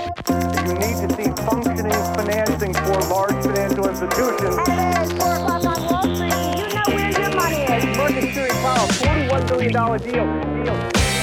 You need to see functioning financing for large financial institutions. Hello, it's 4 o'clock on Wall Street. You know where your money is. Market Security Powell, $41 billion deal.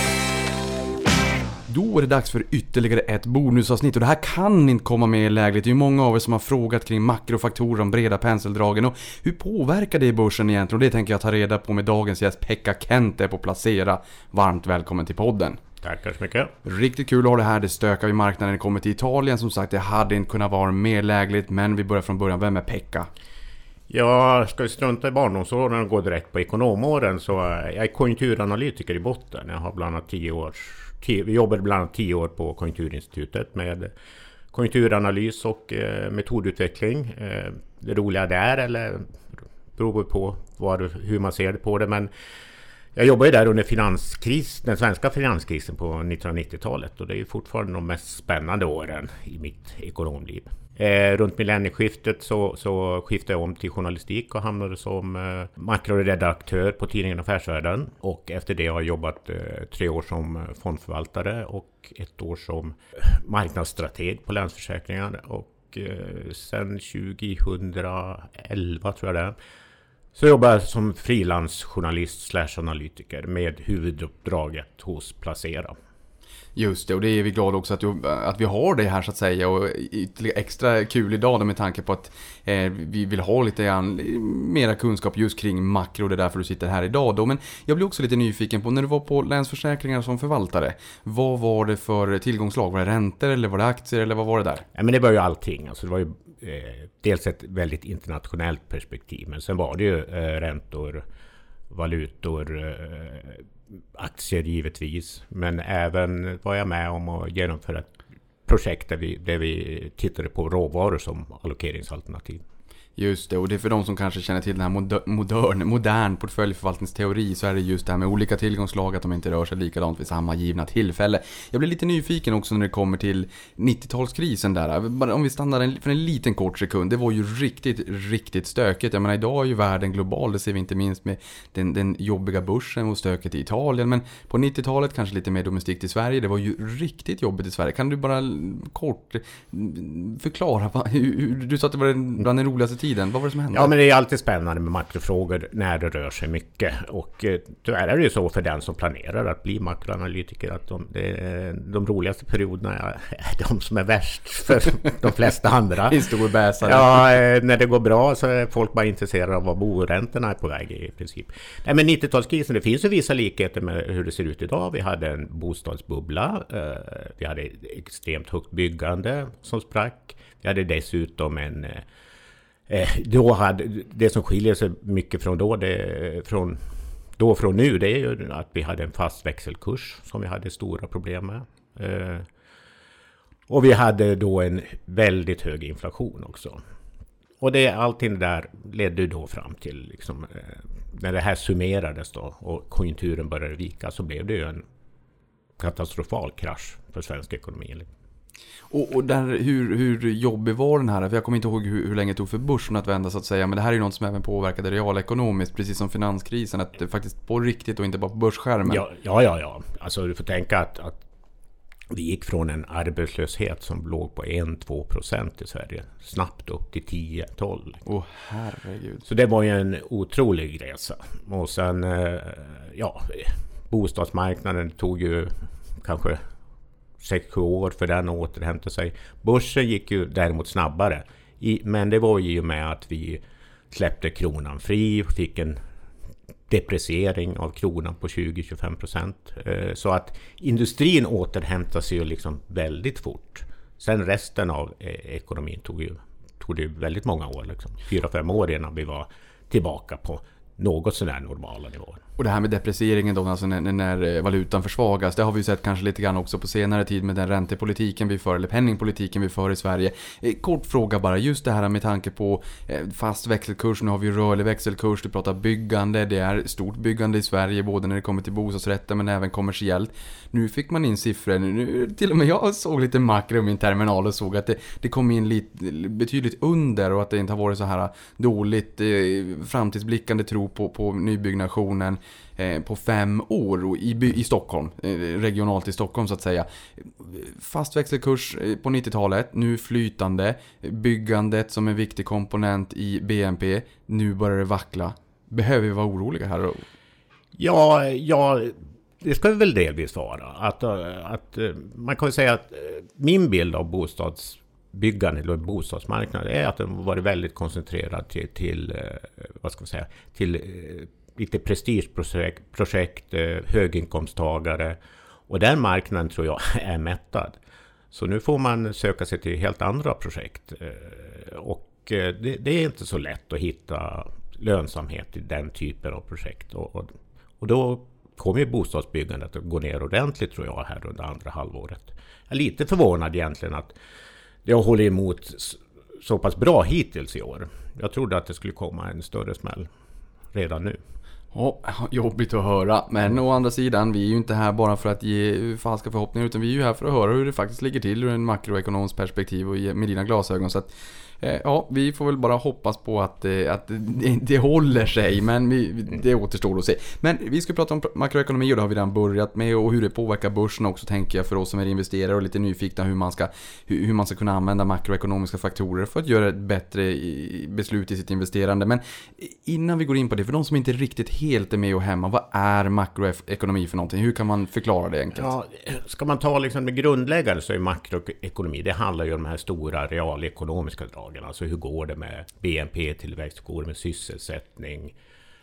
Då är det dags för ytterligare ett bonusavsnitt och det här kan inte komma med lägligt. Det är ju många av er som har frågat kring makrofaktorer, om breda penseldragen och hur påverkar det i börsen egentligen? Och det tänker jag ta reda på med dagens gäst Pekka Kente på Placera. Varmt välkommen till podden. Tackar så mycket. Riktigt kul att ha det här. Det stökar vid marknaden när det kommer till Italien. Som sagt, det hade inte kunnat vara mer lägligt, men vi börjar från början. Vem är Pekka? Jag ska strunta i barndomsåren och gå direkt på ekonomåren, så jag är konjunkturanalytiker i botten. Jag har bland annat vi jobbar bland annat 10 år på Konjunkturinstitutet med konjunkturanalys och metodutveckling. Det roliga där, eller beror på hur man ser det på det, men jag jobbar ju där under den svenska finanskrisen på 1990-talet och det är ju fortfarande de mest spännande åren i mitt ekonomliv. Runt millennieskiftet så skiftade jag om till journalistik och hamnade som makroredaktör på tidningen Affärsvärlden. Och efter det har jag jobbat 3 år som fondförvaltare och 1 år som marknadsstrateg på Länsförsäkringar. Och sen 2011 tror jag det är, så jobbar jag som frilansjournalist / analytiker med huvuduppdraget hos Placera. Just det, och det är vi glada också att vi har det här så att säga, och extra kul idag med tanke på att vi vill ha lite mera kunskap just kring makro, det är därför du sitter här idag då. Men jag blir också lite nyfiken på, när du var på Länsförsäkringar som förvaltare, vad var det för tillgångslag? Var det räntor eller var det aktier eller vad var det där? Ja, men det var ju allting, alltså det var ju dels ett väldigt internationellt perspektiv, men sen var det ju räntor, valutor, aktier givetvis, men även var jag med om att genomföra ett projekt där vi tittade på råvaror som allokeringsalternativ. Just det, och det är för de som kanske känner till den här modern portföljförvaltningsteori, så är det just det här med olika tillgångslag, att de inte rör sig likadant vid samma givna tillfälle. Jag blir lite nyfiken också när det kommer till 90-talskrisen där. Om vi stannar för en liten kort sekund, det var ju riktigt stökigt. Jag menar, idag är ju världen global, det ser vi inte minst med den jobbiga börsen och stöket i Italien. Men på 90-talet kanske lite mer domestikt i Sverige, det var ju riktigt jobbigt i Sverige. Kan du bara kort förklara, du sa att det var bland den roligaste tiden. Vad var det som hände? Ja, men det är alltid spännande med makrofrågor när det rör sig mycket. Och tyvärr är det ju så för den som planerar att bli makroanalytiker att de roligaste perioderna är de som är värst för de flesta andra. Historiebäsare. Ja, när det går bra så är folk bara intresserade av vad boräntorna är på väg i princip. Nej, men 90-talskrisen, det finns ju vissa likheter med hur det ser ut idag. Vi hade en bostadsbubbla. Vi hade extremt högt byggande som sprack. Vi hade dessutom det som skiljer sig mycket från från nu, det är ju att vi hade en fast växelkurs som vi hade stora problem med. Och vi hade då en väldigt hög inflation också. Och allting där ledde då fram till liksom, när det här summerades då och konjunkturen började vika, så blev det ju en katastrofal krasch för svensk ekonomi. Och där, hur jobbig var den här? För jag kommer inte ihåg hur länge det tog för börsen att vända så att säga. Men det här är ju något som även påverkade realekonomiskt, precis som finanskrisen. Att det faktiskt på riktigt och inte bara på börsskärmen. Ja. Alltså du får tänka att vi gick från en arbetslöshet som låg på 1-2% i Sverige snabbt upp till 10-12. Åh herregud. Så det var ju en otrolig resa. Och sen, bostadsmarknaden tog ju kanske 6-7 år för den att återhämta sig. Börsen gick ju däremot snabbare. Men det var ju med att vi släppte kronan fri och fick en depreciering av kronan på 20-25%. Så att industrin återhämtade sig ju liksom väldigt fort. Sen resten av ekonomin tog det väldigt många år. Liksom. 4-5 år innan vi var tillbaka på något sådär normala nivåer. Och det här med deprecieringen då, alltså när valutan försvagas, det har vi ju sett kanske lite grann också på senare tid med den räntepolitiken vi för, eller penningpolitiken vi för i Sverige. Kort fråga bara, just det här med tanke på fast växelkurs, nu har vi rörlig växelkurs, du pratar byggande, det är stort byggande i Sverige, både när det kommer till bostadsrätter men även kommersiellt. Nu fick man in siffror, nu, till och med jag såg lite makro i min terminal och såg att det kom in betydligt under och att det inte har varit så här dåligt framtidsblickande tro på nybyggnationen på 5 år i Stockholm, regionalt i Stockholm så att säga. Fast växelkurs på 90-talet, nu flytande, byggandet som en viktig komponent i BNP, nu börjar det vackla. Behöver vi vara oroliga här då? Ja, det ska väl delvis vara. Att man kan väl säga att min bild av bostadsbyggande eller bostadsmarknaden är att den varit väldigt koncentrerad till vad ska man säga, till lite prestigeprojekt, höginkomsttagare, och den marknaden tror jag är mättad. Så nu får man söka sig till helt andra projekt, och det är inte så lätt att hitta lönsamhet i den typen av projekt, och då kommer ju bostadsbyggandet att gå ner ordentligt tror jag här under andra halvåret. Jag är lite förvånad egentligen att det har hållit emot så pass bra hittills i år. Jag trodde att det skulle komma en större smäll redan nu. Ja, jobbigt att höra. Men å andra sidan, vi är ju inte här bara för att ge falska förhoppningar, utan vi är ju här för att höra hur det faktiskt ligger till ur en makroekonomisk perspektiv och med dina glasögon. Så att ja, vi får väl bara hoppas på att det håller sig, men det återstår att se. Men vi ska prata om makroekonomi, och det har vi redan börjat med, och hur det påverkar börsen också, tänker jag, för oss som är investerare och lite nyfikna hur man ska kunna använda makroekonomiska faktorer för att göra ett bättre beslut i sitt investerande. Men innan vi går in på det, för de som inte riktigt helt är med och hemma, vad är makroekonomi för någonting? Hur kan man förklara det enkelt? Ja, ska man ta liksom det grundläggande, så är makroekonomi, det handlar ju om de här stora realekonomiska dragen. Alltså hur går det med BNP-tillväxt, hur går det med sysselsättning,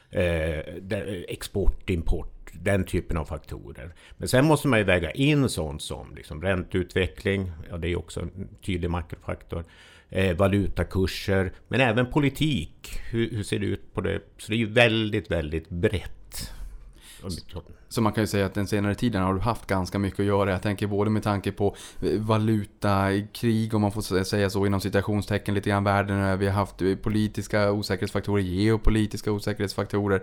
export, import, den typen av faktorer. Men sen måste man ju väga in sånt som liksom ränteutveckling, ja, det är också en tydlig makrofaktor, valutakurser, men även politik. Hur ser det ut på det? Så det är ju väldigt, väldigt brett. Så man kan ju säga att den senare tiden har du haft ganska mycket att göra. Jag tänker både med tanke på valuta, krig, om man får säga så inom citationstecken, lite grann världen. Vi har haft politiska osäkerhetsfaktorer, geopolitiska osäkerhetsfaktorer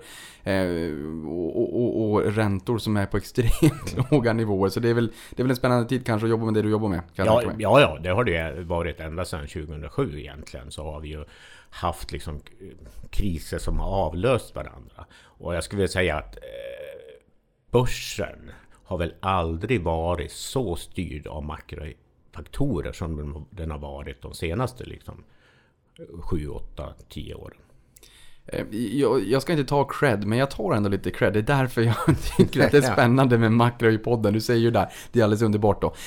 och räntor som är på extremt låga nivåer. Så det är väl en spännande tid kanske att jobba med det du jobbar med. Ja, det har det varit ända sedan 2007 egentligen. Så har vi ju haft liksom kriser som har avlöst varandra. Och jag skulle vilja säga att börsen har väl aldrig varit så styrd av makrofaktorer som den har varit de senaste liksom 7, 8, 10 åren. Jag ska inte ta cred, men jag tar ändå lite cred. Det är därför jag tycker att det är spännande med makro i podden. Du säger ju där, det är alldeles underbart då.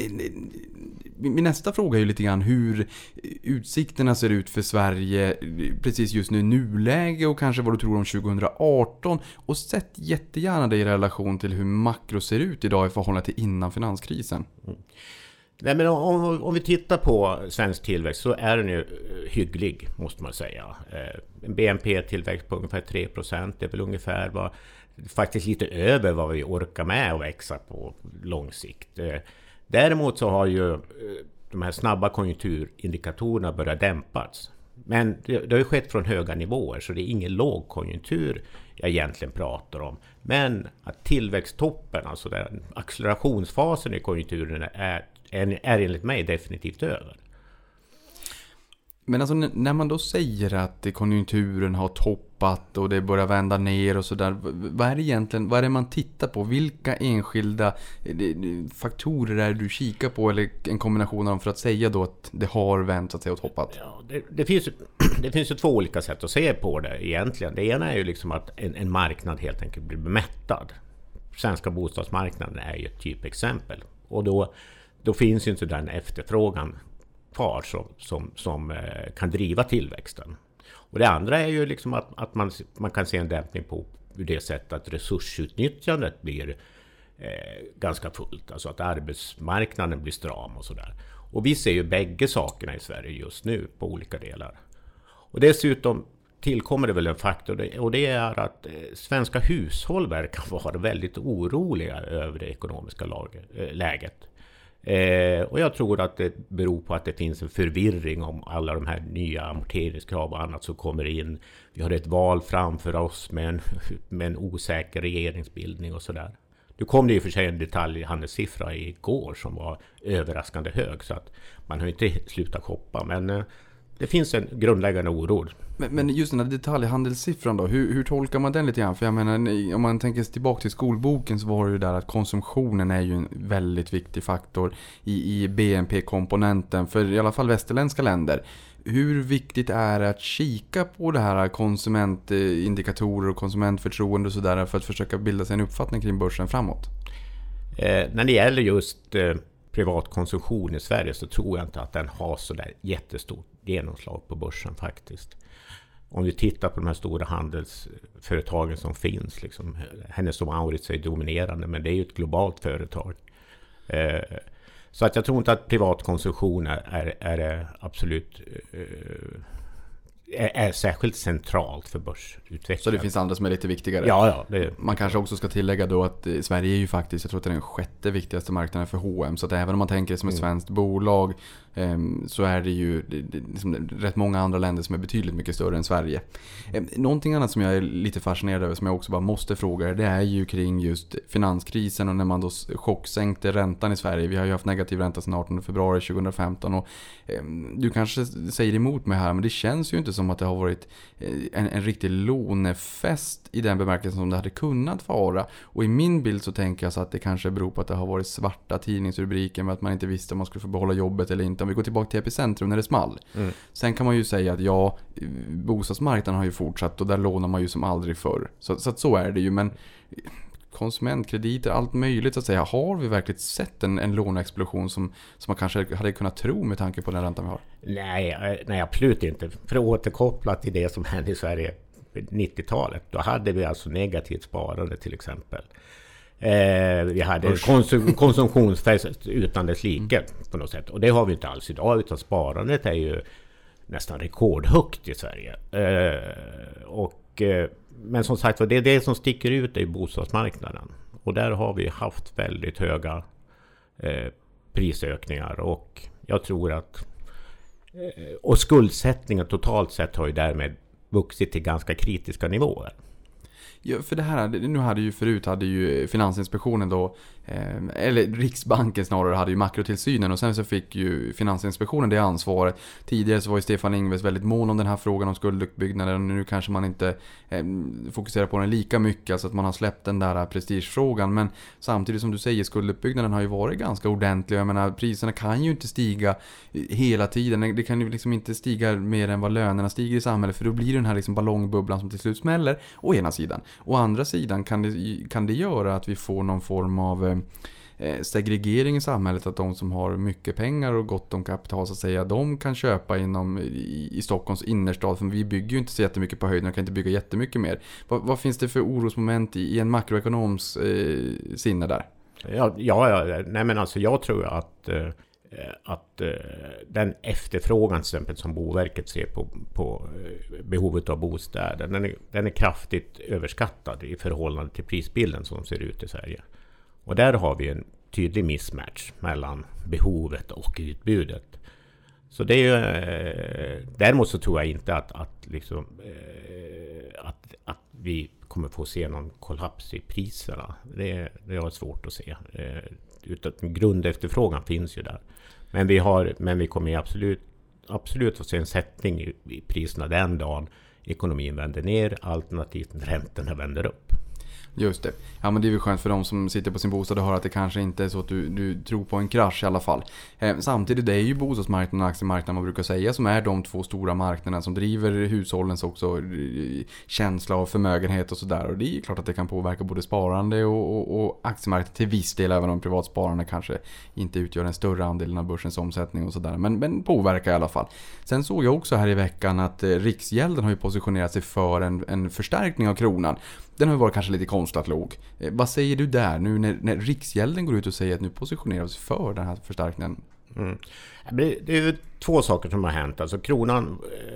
Min nästa fråga är ju lite grann hur utsikterna ser ut för Sverige precis just nu i nuläge, och kanske vad du tror om 2018, och sätt jättegärna det i relation till hur makro ser ut idag i förhållande till innan finanskrisen. Nej, men om vi tittar på svensk tillväxt så är den ju hygglig, måste man säga. En BNP-tillväxt på ungefär 3%, det är väl ungefär faktiskt lite över vad vi orkar med att växa på lång sikt. Däremot så har ju de här snabba konjunkturindikatorerna börjat dämpas. Men det har ju skett från höga nivåer, så det är ingen lågkonjunktur jag egentligen pratar om. Men att tillväxttoppen, alltså den accelerationsfasen i konjunkturen är enligt mig definitivt över. Men alltså när man då säger att konjunkturen har toppat och det börjar vända ner och sådär, vad är det egentligen, vad är det man tittar på? Vilka enskilda faktorer är du kikar på, eller en kombination av dem, för att säga då att det har vänt så att säga och toppat? Ja, det finns ju två olika sätt att se på det egentligen. Det ena är ju liksom att en marknad helt enkelt blir mättad. Svenska bostadsmarknaden är ju ett typexempel. Och då finns ju inte den efterfrågan kvar som kan driva tillväxten. Och det andra är ju liksom att man kan se en dämpning på det sättet att resursutnyttjandet blir ganska fullt. Alltså att arbetsmarknaden blir stram och sådär. Och vi ser ju bägge sakerna i Sverige just nu på olika delar. Och dessutom tillkommer det väl en faktor, och det är att svenska hushåll verkar vara väldigt oroliga över det ekonomiska läget. Och jag tror att det beror på att det finns en förvirring om alla de här nya amorteringskrav och annat som kommer in. Vi har ett val framför oss med en osäker regeringsbildning och sådär. Nu kom det ju för sig en detaljhandelssiffra igår som var överraskande hög, så att man har inte slutat shoppa. Men Det finns en grundläggande oro. Men just den här detaljhandelssiffran då, hur tolkar man den lite grann? För jag menar, om man tänker tillbaka till skolboken så var det ju där att konsumtionen är ju en väldigt viktig faktor i BNP-komponenten för i alla fall västerländska länder. Hur viktigt är det att kika på det här konsumentindikatorer och konsumentförtroende och sådär för att försöka bilda sig en uppfattning kring börsen framåt? När det gäller just privat konsumtion i Sverige så tror jag inte att den har så där jättestort genomslag på börsen faktiskt. Om vi tittar på de här stora handelsföretagen som finns, liksom, Hennes & Mauritz är dominerande, men det är ju ett globalt företag. Så att jag tror inte att privat konsumtion är absolut är särskilt centralt för börsutvecklingen. Så det finns andra som är lite viktigare? Ja. Man kanske också ska tillägga då att Sverige är ju faktiskt, jag tror att det är den 6:e viktigaste marknaden för H&M. Så att även om man tänker som ett svenskt bolag så är det ju liksom rätt många andra länder som är betydligt mycket större än Sverige. Någonting annat som jag är lite fascinerad över som jag också bara måste fråga, det är ju kring just finanskrisen och när man då chocksänkte räntan i Sverige. Vi har ju haft negativ ränta sedan 18 februari 2015 och du kanske säger emot mig här, men det känns ju inte som att det har varit en riktig lånefest i den bemärkelsen som det hade kunnat vara. Och i min bild så tänker jag så att det kanske beror på att det har varit svarta tidningsrubriker med att man inte visste om man skulle få behålla jobbet eller inte. Om vi går tillbaka till Epicentrum när det small. Sen kan man ju säga att bostadsmarknaden har ju fortsatt och där lånar man ju som aldrig förr. Så är det ju, men konsumentkrediter, allt möjligt så att säga. Har vi verkligen sett en låneexplosion som man kanske hade kunnat tro med tanke på den räntan vi har? Nej, absolut inte. För att återkoppla till det som hände i Sverige på 90-talet, då hade vi alltså negativt sparande till exempel. Vi hade konsumtionsfest utan dess like på något sätt. Och det har vi inte alls idag, utan sparandet är ju nästan rekordhögt i Sverige. Men som sagt, det är det som sticker ut i bostadsmarknaden. Och där har vi haft väldigt höga prisökningar. Och jag tror att och skuldsättningen totalt sett har ju därmed vuxit till ganska kritiska nivåer. Ja, för det här, nu hade ju Finansinspektionen då, eller Riksbanken snarare, hade ju makrotillsynen och sen så fick ju Finansinspektionen det ansvaret. Tidigare så var ju Stefan Ingves väldigt mån om den här frågan om skulduppbyggnaden och nu kanske man inte fokuserar på den lika mycket, alltså att man har släppt den där prestigefrågan. Men samtidigt som du säger, skulduppbyggnaden har ju varit ganska ordentlig. Jag menar, priserna kan ju inte stiga hela tiden. Det kan ju liksom inte stiga mer än vad lönerna stiger i samhället, för då blir det den här liksom ballongbubblan som till slut smäller, å ena sidan. Å andra sidan kan det göra att vi får någon form av segregering i samhället, att de som har mycket pengar och gott om kapital så att säga, de kan köpa i Stockholms innerstad, för vi bygger ju inte så jättemycket på höjden och kan inte bygga jättemycket mer. Vad finns det för orosmoment i en makroekonoms sinne där? Nej, men alltså jag tror att den efterfrågan till exempel som Boverket ser på behovet av bostäder, den är kraftigt överskattad i förhållande till prisbilden som ser ut i Sverige. Och där har vi en tydlig mismatch mellan behovet och utbudet. Så det är ju, däremot så tror jag inte att vi kommer få se någon kollaps i priserna. Det är svårt att se. Utan grundefterfrågan finns ju där. Men vi kommer absolut få se en sättning i priserna den dagen ekonomin vänder ner, alternativt räntorna vänder upp. Just det. Ja, men det är väl skönt för de som sitter på sin bostad och hör att det kanske inte är så att du tror på en krasch i alla fall. Samtidigt det är ju bostadsmarknaden och aktiemarknaden man brukar säga som är de två stora marknaderna som driver hushållens också känsla av förmögenhet och sådär. Och det är ju klart att det kan påverka både sparande och aktiemarknaden till viss del, även om privatsparande kanske inte utgör en större andel av börsens omsättning och sådär. Men påverkar i alla fall. Sen såg jag också här i veckan att Riksgälden har ju positionerat sig för en förstärkning av kronan. Den har ju varit kanske lite konstlat låg. Vad säger du där nu när Riksgälden går ut och säger att nu positionerar oss för den här förstärkningen? Det är ju två saker som har hänt. Alltså kronan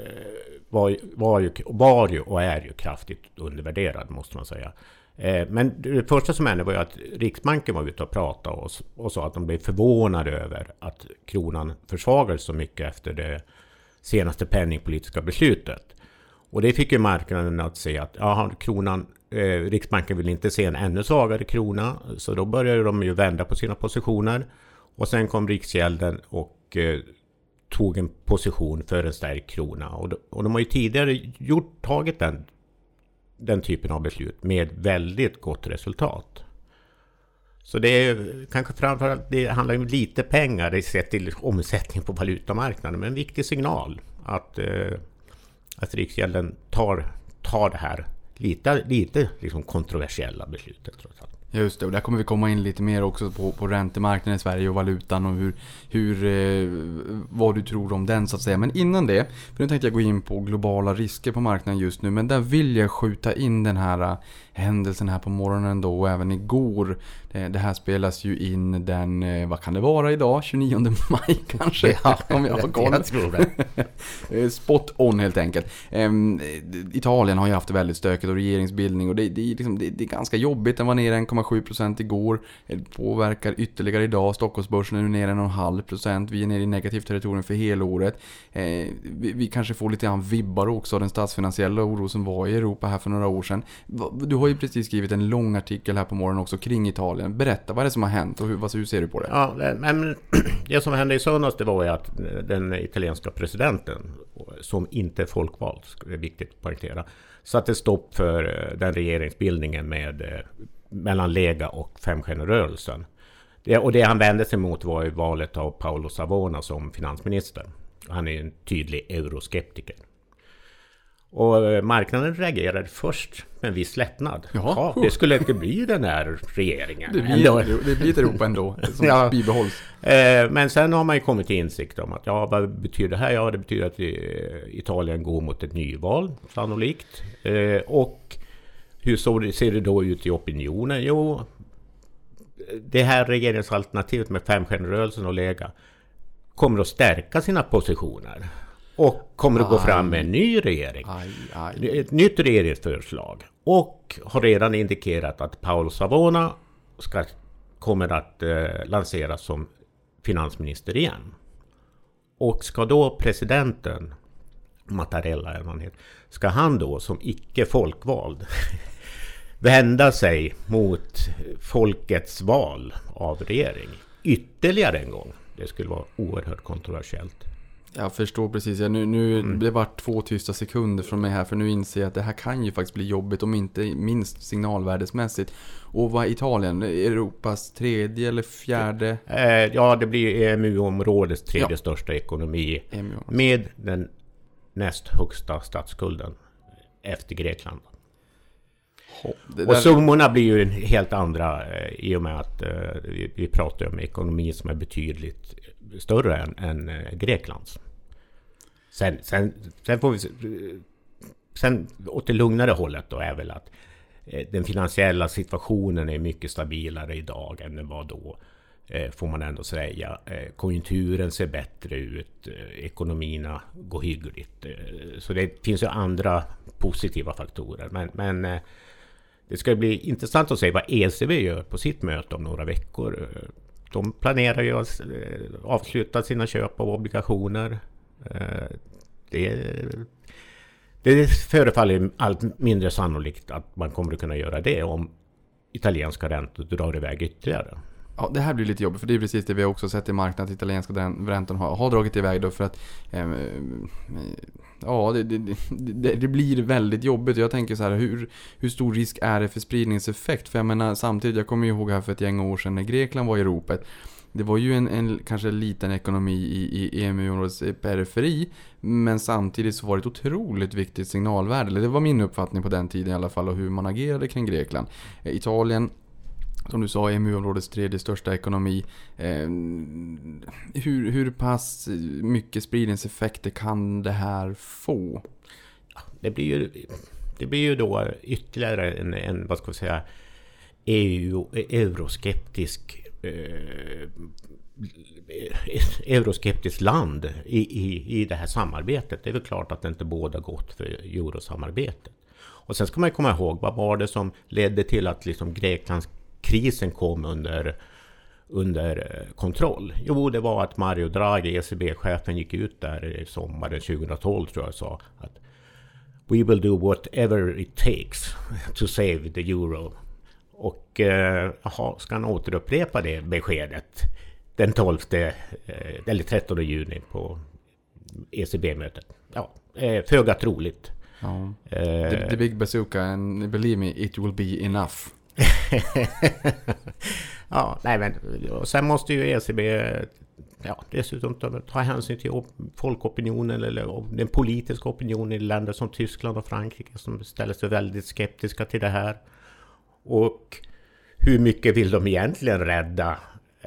var ju och är ju kraftigt undervärderad, måste man säga. Men det första som hände var ju att Riksbanken var ute och pratade och sa att de blev förvånade över att kronan försvagades så mycket efter det senaste penningpolitiska beslutet. Och det fick ju marknaden att se att Riksbanken vill inte se en ännu svagare krona, så då började de ju vända på sina positioner. Och sen kom Riksgälden och tog en position för en stärkt krona. Och de har ju tidigare tagit den typen av beslut med väldigt gott resultat. Så det är kanske framförallt, det handlar om lite pengar i sett till omsättning på valutamarknaden, men en viktig signal att Riksgälden tar det här lite liksom kontroversiella beslutet trots allt. Just det, och där kommer vi komma in lite mer också på räntemarknaden i Sverige och valutan och vad du tror om den så att säga. Men innan det, för nu tänkte jag gå in på globala risker på marknaden just nu, men där vill jag skjuta in den här händelsen här på morgonen då och även igår. Det här spelas ju in den, vad kan det vara idag? 29 maj kanske? Ja, om jag har koll. Jag tror det. Spot on helt enkelt. Italien har ju haft väldigt stökigt och regeringsbildning och det är ganska jobbigt. Den var ner 1,7% igår. Det påverkar ytterligare idag. Stockholmsbörsen är nu ner 1,5%. Vi är nere i negativt territorium för hela året. Vi kanske får lite grann vibbar också av den statsfinansiella oro som var i Europa här för några år sedan. Du har ju precis skrivit en lång artikel här på morgonen också kring Italien. Berätta, vad är det som har hänt och hur ser du på det? Ja, men det som hände i söndags, det var ju att den italienska presidenten, som inte är folkvald, det är viktigt att poängtera, satte stopp för den regeringsbildningen mellan Lega och Femstjärnerörelsen. Och det han vände sig mot var ju valet av Paolo Savona som finansminister. Han är en tydlig euroskeptiker. Och marknaden reagerade först med en viss lättnad. Ja, det skulle inte bli den här regeringen. Det blir ett Europa ändå som bibehålls. Men sen har man ju kommit till insikt om att vad betyder det här? Ja, det betyder att Italien går mot ett nyval sannolikt. Och hur ser det då ut i opinionen? Jo, det här regeringsalternativet med Femstjärnerörelsen och Lega kommer att stärka sina positioner. Och kommer att gå fram med en ny regering. Ett nytt regeringsförslag. Och har redan indikerat att Paolo Savona kommer att lanseras som finansminister igen. Och ska då presidenten Mattarella eller vad han heter, ska han då som icke folkvald vända sig mot folkets val av regering ytterligare en gång? Det skulle vara oerhört kontroversiellt. Jag förstår precis. Det var 2 tysta sekunder från mig här, för nu inser jag att det här kan ju faktiskt bli jobbigt, om inte minst signalvärdesmässigt. Och vad är Italien? Europas 3:e eller 4:e? Ja, det blir EMU-områdets 3:e största ekonomi med den näst högsta statsskulden efter Grekland. Och summorna blir ju helt andra i och med att vi pratar om ekonomi som är betydligt större än Greklands. Sen får vi sen åt det lugnare hållet då är väl att den finansiella situationen är mycket stabilare idag än den var då, får man ändå säga. Konjunkturen ser bättre ut, ekonomierna går hyggligt. Så det finns ju andra positiva faktorer. Men det ska bli intressant att se vad ECB gör på sitt möte om några veckor. De planerar ju att avsluta sina köp av obligationer. Det förefaller allt mindre sannolikt att man kommer att kunna göra det om italienska räntor drar iväg ytterligare. Ja, det här blir lite jobbigt, för det är precis det vi har också sett i marknaden, att italienska räntan har dragit iväg då, för att det blir väldigt jobbigt. Jag tänker så här, hur stor risk är det för spridningseffekt? För jag menar, samtidigt, jag kommer ihåg här för ett gäng år sedan när Grekland var i Europa. Det var ju en kanske liten ekonomi i EMU-områdets periferi, men samtidigt så var det ett otroligt viktigt signalvärde. Det var min uppfattning på den tiden i alla fall, och hur man agerade kring Grekland. Italien, som du sa, EMU-områdets 3:e största ekonomi. Hur pass mycket spridningseffekter kan det här få? Det blir ju då ytterligare en vad ska vi säga, euroskeptiskt land i det här samarbetet. Det är väl klart att det inte båda gott för eurosamarbetet. Och sen ska man komma ihåg, vad var det som ledde till att liksom Greklands krisen kom under kontroll? Jo, det var att Mario Draghi, ECB-chefen, gick ut där i sommaren 2012 tror jag, sa att we will do whatever it takes to save the euro. Och ska han återupprepa det beskedet den 12 eller 13 juni på ECB-mötet. Ja, föga troligt. Ja. The big bazooka, and believe me, it will be enough. Ja, nej men sen måste ju ECB dessutom ta hänsyn till folkopinionen eller den politiska opinionen i länder som Tyskland och Frankrike som ställer sig väldigt skeptiska till det här. Och hur mycket vill de egentligen rädda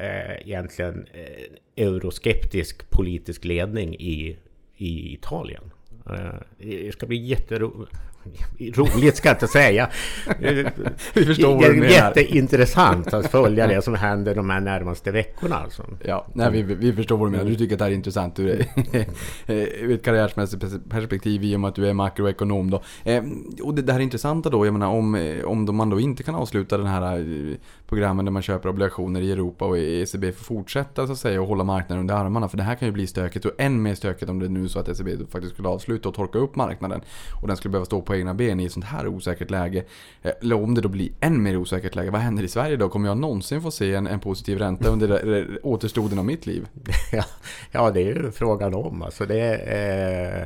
euroskeptisk politisk ledning i Italien? Det ska bli roligt ska jag inte säga. Vi förstår vad du menar. Det är jätteintressant att följa det som händer de här närmaste veckorna. Alltså. Ja, nej, vi förstår vad du menar. Du tycker att det här är intressant ur ett karriärsmässigt perspektiv i och med att du är makroekonom då. Och det här är intressanta då, jag menar om man då inte kan avsluta den här programmen där man köper obligationer i Europa och ECB får fortsätta så att säga och hålla marknaden under armarna, för det här kan ju bli stökigt och än mer stökigt om det är nu så att ECB faktiskt skulle avsluta och torka upp marknaden och den skulle behöva stå på egna ben i ett sånt här osäkert läge. Eller om det då blir än mer osäkert läge, vad händer i Sverige då? Kommer jag någonsin få se en positiv ränta under återstoden av mitt liv? Ja, det är ju frågan om. Alltså det är,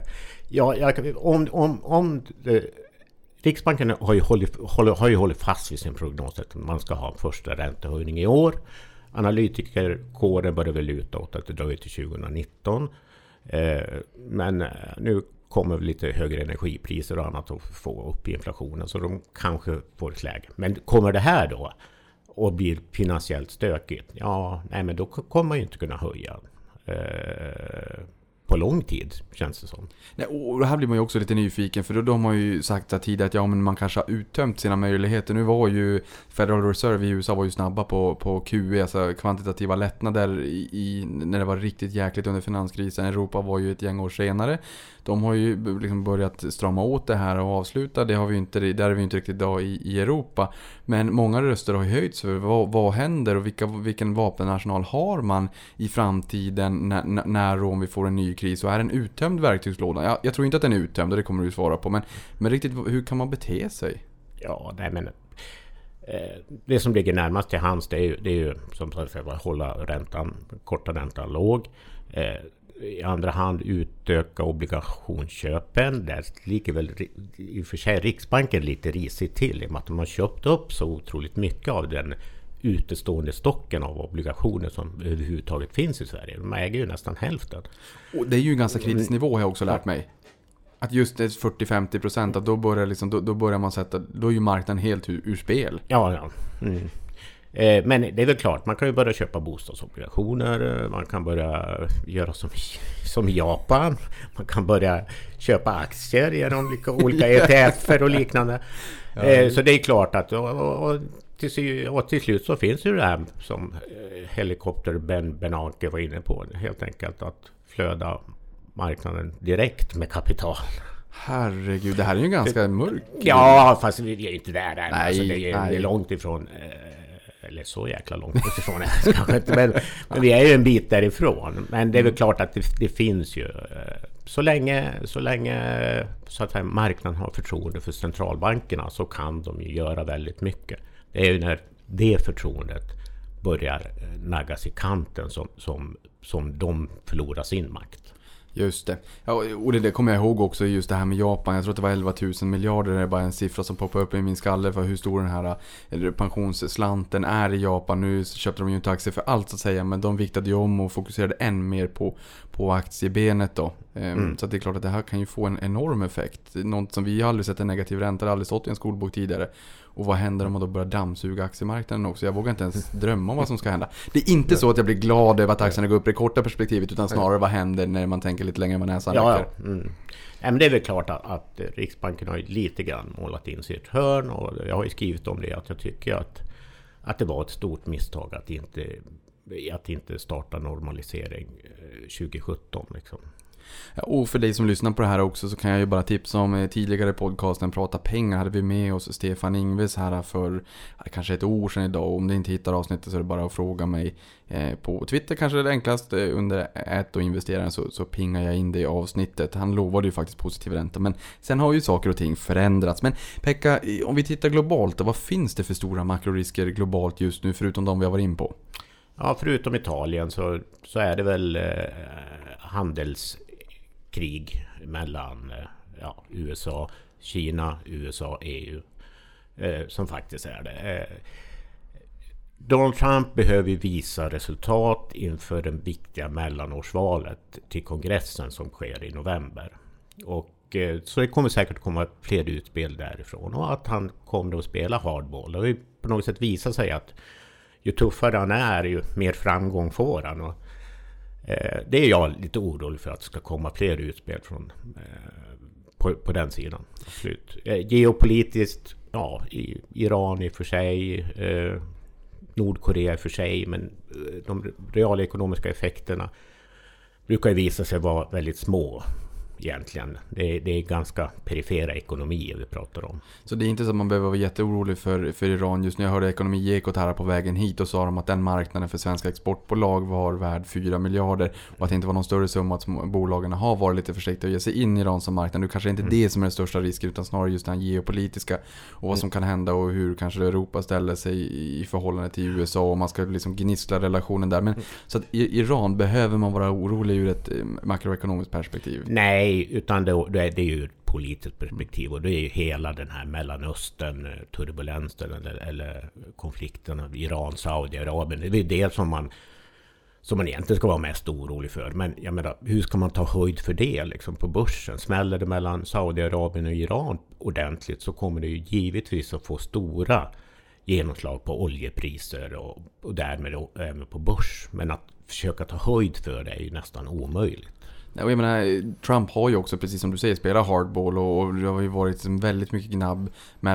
Riksbanken har ju hållit fast vid sin prognos att man ska ha en första räntehöjning i år. Analytikerkåren börjar väl luta åt att det dröjer till 2019. Men nu kommer lite högre energipriser och annat att få upp inflationen, så de kanske får ett läge. Men kommer det här då och blir finansiellt stökigt, men då kommer man ju inte kunna höja på lång tid, känns det som. Nej, och det här blir man ju också lite nyfiken, för då har man ju sagt att tidigare att men man kanske har uttömt sina möjligheter. Nu var ju Federal Reserve i USA var ju snabba på QE, alltså kvantitativa lättnader när det var riktigt jäkligt under finanskrisen. Europa var ju ett gäng år senare. De har ju liksom börjat strama åt det här och avsluta. Det har vi inte, där är vi inte riktigt idag i Europa. Men många röster har höjts för vad händer och vilken vapenarsenal har man i framtiden när om vi får en ny kris, och är en uttömd verktygslåda? Jag tror inte att den är uttömd, det kommer du svara på, men riktigt, hur kan man bete sig? Ja, nej men det som ligger närmast till hands det är ju som sagt att hålla korta räntan låg. I andra hand utöka obligationsköpen. Där ligger väl i och för sig Riksbanken lite risigt till i och med att de har köpt upp så otroligt mycket av den utestående stocken av obligationer som överhuvudtaget finns i Sverige. De äger ju nästan hälften. Och det är ju en ganska kritisk nivå, har jag också lärt mig. Att just 40-50%, att då börjar man sätta, då är ju marknaden helt ur spel. Ja. Mm. Men det är väl klart, man kan ju börja köpa bostadsobligationer, man kan börja göra som i Japan, man kan börja köpa aktier genom olika ETFer och liknande. Så det är klart att till slut så finns ju det här som helikopter Ben Bernanke var inne på, helt enkelt att flöda marknaden direkt med kapital. Herregud, det här är ju ganska mörkt. Ja, fast vi är inte där. Nej, alltså, det är långt ifrån, eller så jäkla långt ifrån kanske inte, men vi är ju en bit därifrån. Men det är väl klart att det finns ju, så länge så att marknaden har förtroende för centralbankerna, så kan de ju göra väldigt mycket. Det är ju när det förtroendet börjar naggas i kanten som de förlorar sin makt. Just det. Ja, och det kommer jag ihåg också, just det här med Japan. Jag tror att det var 11 000 miljarder. Det är bara en siffra som poppar upp i min skalle för hur stor den här pensionsslanten är i Japan. Nu köpte de ju inte aktier för allt så att säga, men de viktade ju om och fokuserade än mer på aktiebenet då. Så att det är klart att det här kan ju få en enorm effekt. Något som vi aldrig sett en negativ ränta, aldrig stått i en skolbok tidigare. Och vad händer om man då börjar dammsuga aktiemarknaden också? Jag vågar inte ens drömma om vad som ska hända. Det är inte så att jag blir glad över att aktierna går upp i det korta perspektivet, utan snarare vad händer när man tänker lite längre än vad näsan räcker. Men det är väl klart att Riksbanken har ju lite grann målat in sig i ett hörn, och jag har ju skrivit om det, att jag tycker att det var ett stort misstag att inte starta normalisering 2017 liksom. Och för dig som lyssnar på det här också, så kan jag ju bara tipsa om tidigare podcasten Prata pengar. Hade vi med oss Stefan Ingves här för kanske ett år sedan idag. Om du inte hittar avsnittet så är det bara att fråga mig på Twitter, kanske det enklast under ät och investeraren, så pingar jag in det i avsnittet. Han lovade ju faktiskt positiv ränta, men sen har ju saker och ting förändrats. Men Pekka, om vi tittar globalt då, vad finns det för stora makrorisker globalt just nu förutom de vi har varit in på? krig mellan USA, Kina, USA, EU som faktiskt är det. Donald Trump behöver visa resultat inför det viktiga mellanårsvalet till kongressen som sker i november. Och så det kommer säkert komma fler utspel därifrån och att han kommer att spela hardball. Och på något sätt visar sig att ju tuffare han är, ju mer framgång får han. Och, det är jag lite orolig för att det ska komma fler utspel från, på den sidan. Absolut. Geopolitiskt, Iran i och för sig, Nordkorea i och för sig, men de reala ekonomiska effekterna brukar ju visa sig vara väldigt små. Egentligen. Det är ganska perifera ekonomier vi pratar om. Så det är inte så att man behöver vara jätteorolig för Iran. Just när jag hörde Ekonomiekot här på vägen hit och sa de att den marknaden för svenska exportbolag var värd 4 miljarder och att det inte var någon större summa att bolagen har varit lite försiktiga att ge sig in i Iran som marknad. Nu kanske inte det som är den största risken utan snarare just den geopolitiska och vad som kan hända och hur kanske Europa ställer sig i förhållande till USA och man ska liksom gnissla relationen där. Men så att i Iran behöver man vara orolig ur ett makroekonomiskt perspektiv? Nej, utan det är ju ett politiskt perspektiv och det är ju hela den här Mellanöstern turbulensen eller konflikten av Iran, Saudiarabien. Det är det som man egentligen ska vara mest orolig för. Men jag menar, hur ska man ta höjd för det liksom på börsen? Smäller det mellan Saudiarabien och Iran ordentligt så kommer det ju givetvis att få stora genomslag på oljepriser och därmed även på börs. Men att försöka ta höjd för det är ju nästan omöjligt. Och jag menar, Trump har ju också, precis som du säger, spelat hardball och det har ju varit väldigt mycket gnabb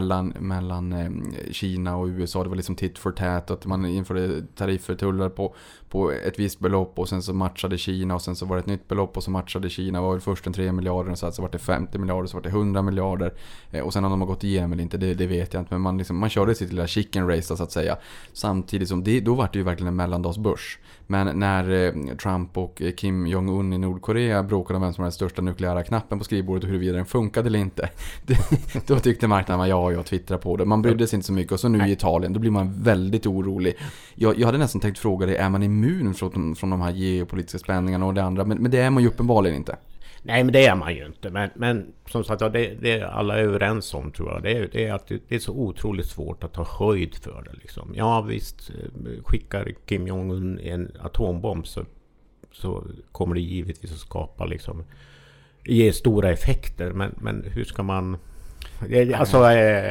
mellan Kina och USA. Det var liksom tit for tat att man införde tariffer, tullar på ett visst belopp och sen så matchade Kina och sen så var det ett nytt belopp och så matchade Kina. Var det först en 3 miljarder och så var det 50 miljarder och så var det 100 miljarder och sen om de har gått igenom eller inte, det vet jag inte, men man körde sitt lilla chicken race så att säga. Samtidigt som då var det ju verkligen en mellandagsbörs. Men när Trump och Kim Jong-Un i Nordkorea bråkade om vem som var den största nukleära knappen på skrivbordet och huruvida den funkade eller inte, då tyckte marknaden jag twittrar på det. Man brydde sig inte så mycket och så nu i Italien, då blir man väldigt orolig. Jag hade nästan tänkt fråga dig, är man immun från de här geopolitiska spänningarna och det andra? Men det är man ju uppenbarligen inte. Nej, men det är man ju inte. Men som sagt, det är alla överens om, tror jag. Det är att det är så otroligt svårt att ta höjd för det. Liksom. Ja, visst, skickar Kim Jong-Un en atombomb så kommer det givetvis att skapa liksom, ge stora effekter. Men hur ska man... Alltså,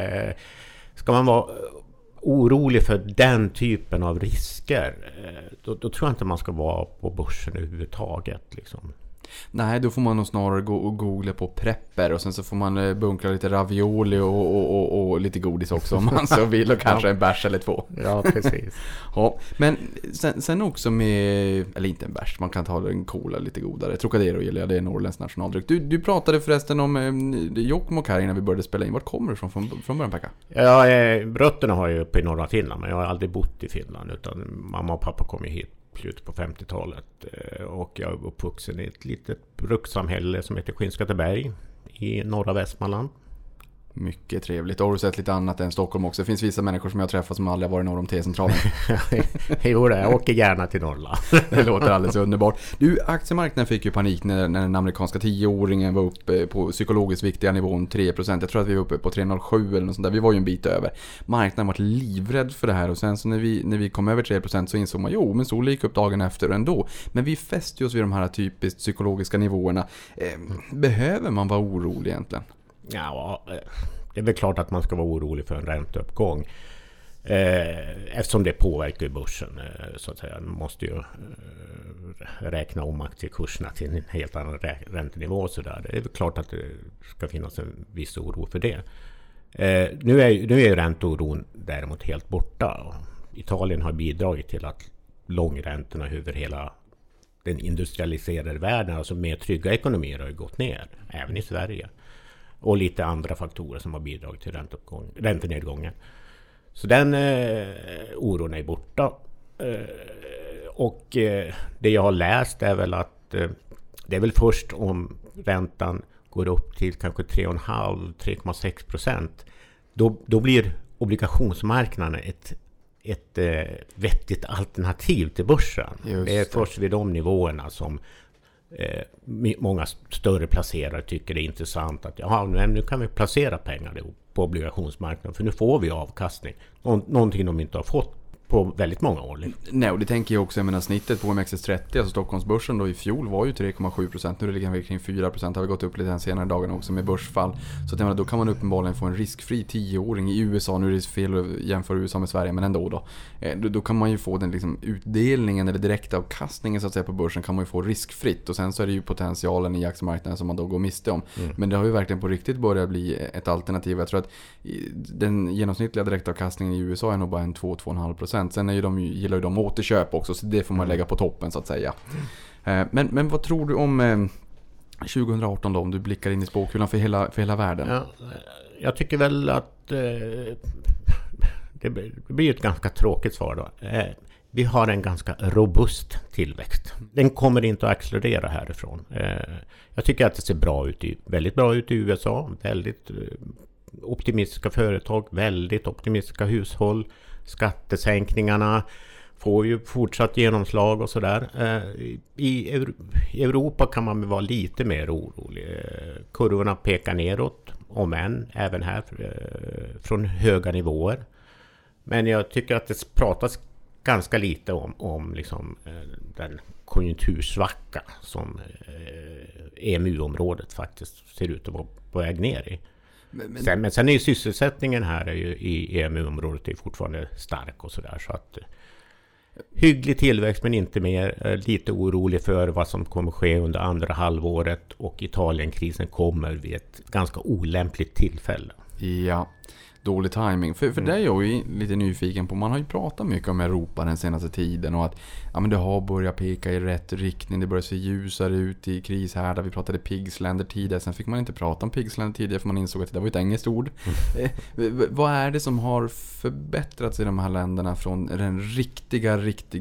ska man vara orolig för den typen av risker, då tror jag inte man ska vara på börsen överhuvudtaget, liksom. Nej, då får man nog snarare gå och googla på prepper och sen så får man bunkra lite ravioli och lite godis också om man så vill och kanske en bärs eller 2. Ja, precis. Ja, men sen också med, eller inte en bärs, man kan ta en cola lite godare. Trocadero gillar jag, det är Norrlands nationaldryck. Du pratade förresten om Jokkmokk här innan vi började spela in. Vart kommer du från början, Pekka? Ja, rötterna har jag uppe i norra Finland, men jag har aldrig bott i Finland utan mamma och pappa kom hit slutet på 50-talet och jag är uppvuxen i ett litet brukssamhälle som heter Skinnskatteberg i norra Västmanland. Mycket trevligt. Har du sett lite annat än Stockholm också? Det finns vissa människor som jag träffat som aldrig har varit norr om T-centralen. Jo, jag åker gärna till Norrland. Det låter alldeles underbart. Du, aktiemarknaden fick ju panik när den amerikanska 10-åringen var uppe på psykologiskt viktiga nivån 3%. Jag tror att vi var uppe på 3,07 eller något sånt där. Vi var ju en bit över. Marknaden var livrädd för det här och sen så när vi kom över 3% så insåg man, men så gick upp dagen efter ändå. Men vi fäste oss vid de här typiskt psykologiska nivåerna. Behöver man vara orolig egentligen? Ja, det är väl klart att man ska vara orolig för en ränteuppgång eftersom det påverkar börsen så att säga. Man måste ju räkna om aktiekurserna till en helt annan räntenivå så där. Det är väl klart att det ska finnas en viss oro för det. Nu är ränteoron däremot helt borta. Italien har bidragit till att långräntorna över hela den industrialiserade världen, alltså med trygga ekonomier, har gått ner, även i Sverige. Och lite andra faktorer som har bidragit till räntenedgången. Så den oron är borta. Och det jag har läst är väl att det är väl först om räntan går upp till kanske 3,5-3,6%. Då blir obligationsmarknaden ett vettigt alternativ till börsen. Det är först vid de nivåerna som många större placerare tycker det är intressant att nu kan vi placera pengar på obligationsmarknaden för nu får vi avkastning. Någonting de inte har fått på väldigt många år. Nej, och det tänker jag också. Jag menar, snittet på OMXS30, alltså Stockholmsbörsen då i fjol var ju 3,7%. Nu ligger det kring 4%. Har vi gått upp lite den senare dagen också med börsfall. Så att jag menar, då kan man uppenbarligen få en riskfri 10-åring i USA. Nu är det fel att jämföra USA med Sverige, men ändå då. Då kan man ju få den liksom utdelningen eller direktavkastningen så att säga på börsen kan man ju få riskfritt. Och sen så är det ju potentialen i aktiemarknaden som man då går miste om. Men det har ju verkligen på riktigt börjat bli ett alternativ. Jag tror att den genomsnittliga direktavkastningen i USA är nog bara en 2-2,5%. Sen är gillar ju de återköp också, så det får man lägga på toppen så att säga. Men vad tror du om 2018 då, om du blickar in i spåkulan för hela världen? Ja, jag tycker väl att det blir ett ganska tråkigt svar då. Vi har en ganska robust tillväxt. Den kommer inte att accelerera härifrån. Jag tycker att det ser väldigt bra ut i USA. Väldigt optimistiska företag, väldigt optimistiska hushåll. Skattesänkningarna får ju fortsatt genomslag och sådär. I Europa kan man vara lite mer orolig. Kurvorna pekar neråt, om än även här från höga nivåer. Men jag tycker att det pratas ganska lite om liksom, den konjunktursvacka som EMU-området faktiskt ser ut att vara på väg ner i. Men sen är ju sysselsättningen här i EMU-området är fortfarande stark och sådär, så att hygglig tillväxt men inte mer. Lite orolig för vad som kommer ske under andra halvåret, och Italienkrisen kommer vid ett ganska olämpligt tillfälle. Ja, dålig timing. För det är jag ju lite nyfiken på. Man har ju pratat mycket om Europa den senaste tiden och att det har börjat peka i rätt riktning. Det börjar se ljusare ut i krishärdar. Vi pratade pigsländer tidigare. Sen fick man inte prata om pigsländer tidigare för man insåg att det var ett engelskt ord. Vad är det som har förbättrats i de här länderna från den riktiga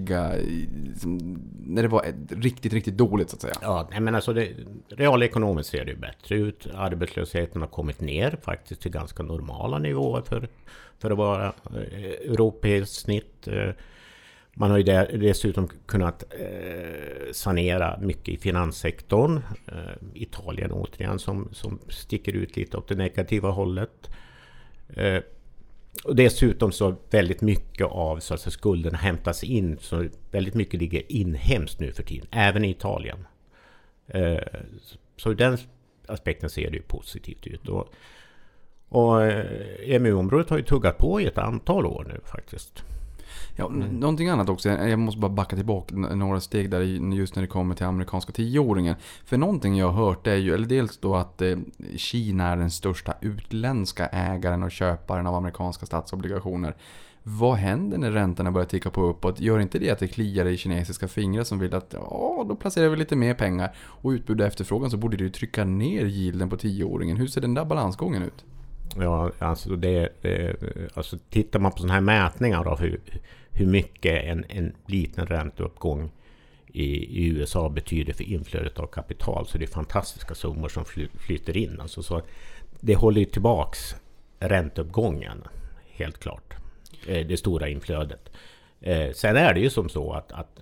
när det var riktigt dåligt så att säga? Ja, men alltså realekonomiskt ser det ju bättre ut. Arbetslösheten har kommit ner faktiskt till ganska normala nivåer för att vara europeiskt snitt. Man har ju dessutom kunnat sanera mycket i finanssektorn. Italien återigen som sticker ut lite åt det negativa hållet. Och dessutom så väldigt mycket av så att skulderna hämtas in, så väldigt mycket ligger inhemskt nu för tiden, även i Italien. Så i den aspekten ser det ju positivt ut. Och EMU-området har ju tuggat på i ett antal år nu faktiskt. Ja, någonting annat också. Jag måste bara backa tillbaka några steg där just när det kommer till amerikanska 10-åringen. För någonting jag har hört är ju, eller dels då att Kina är den största utländska ägaren och köparen av amerikanska statsobligationer. Vad händer när räntorna börjar ticka på uppåt? Gör inte det att det kliar i kinesiska fingrar som vill att då placerar vi lite mer pengar, och utbud och efterfrågan så borde det ju trycka ner yielden på 10-åringen. Hur ser den där balansgången ut? Ja, alltså alltså tittar man på sådana här mätningar då, hur mycket en liten ränteuppgång i USA betyder för inflödet av kapital, så det är fantastiska summor som flyter in. Alltså, så det håller ju tillbaks ränteuppgången, helt klart. Det stora inflödet. Sen är det ju som så att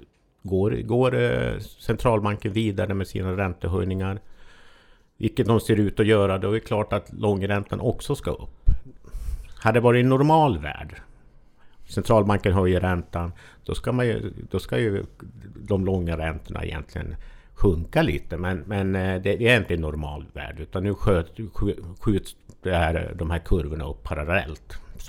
går centralbanken vidare med sina räntehöjningar, vilket de ser ut att göra, då är det klart att långräntan också ska upp. Hade det varit en normal värld, centralbanken höjer räntan, då ska ju de långa räntorna egentligen sjunka lite. Men det är inte en normal värld, utan nu skjuts de här kurvorna upp parallellt. Så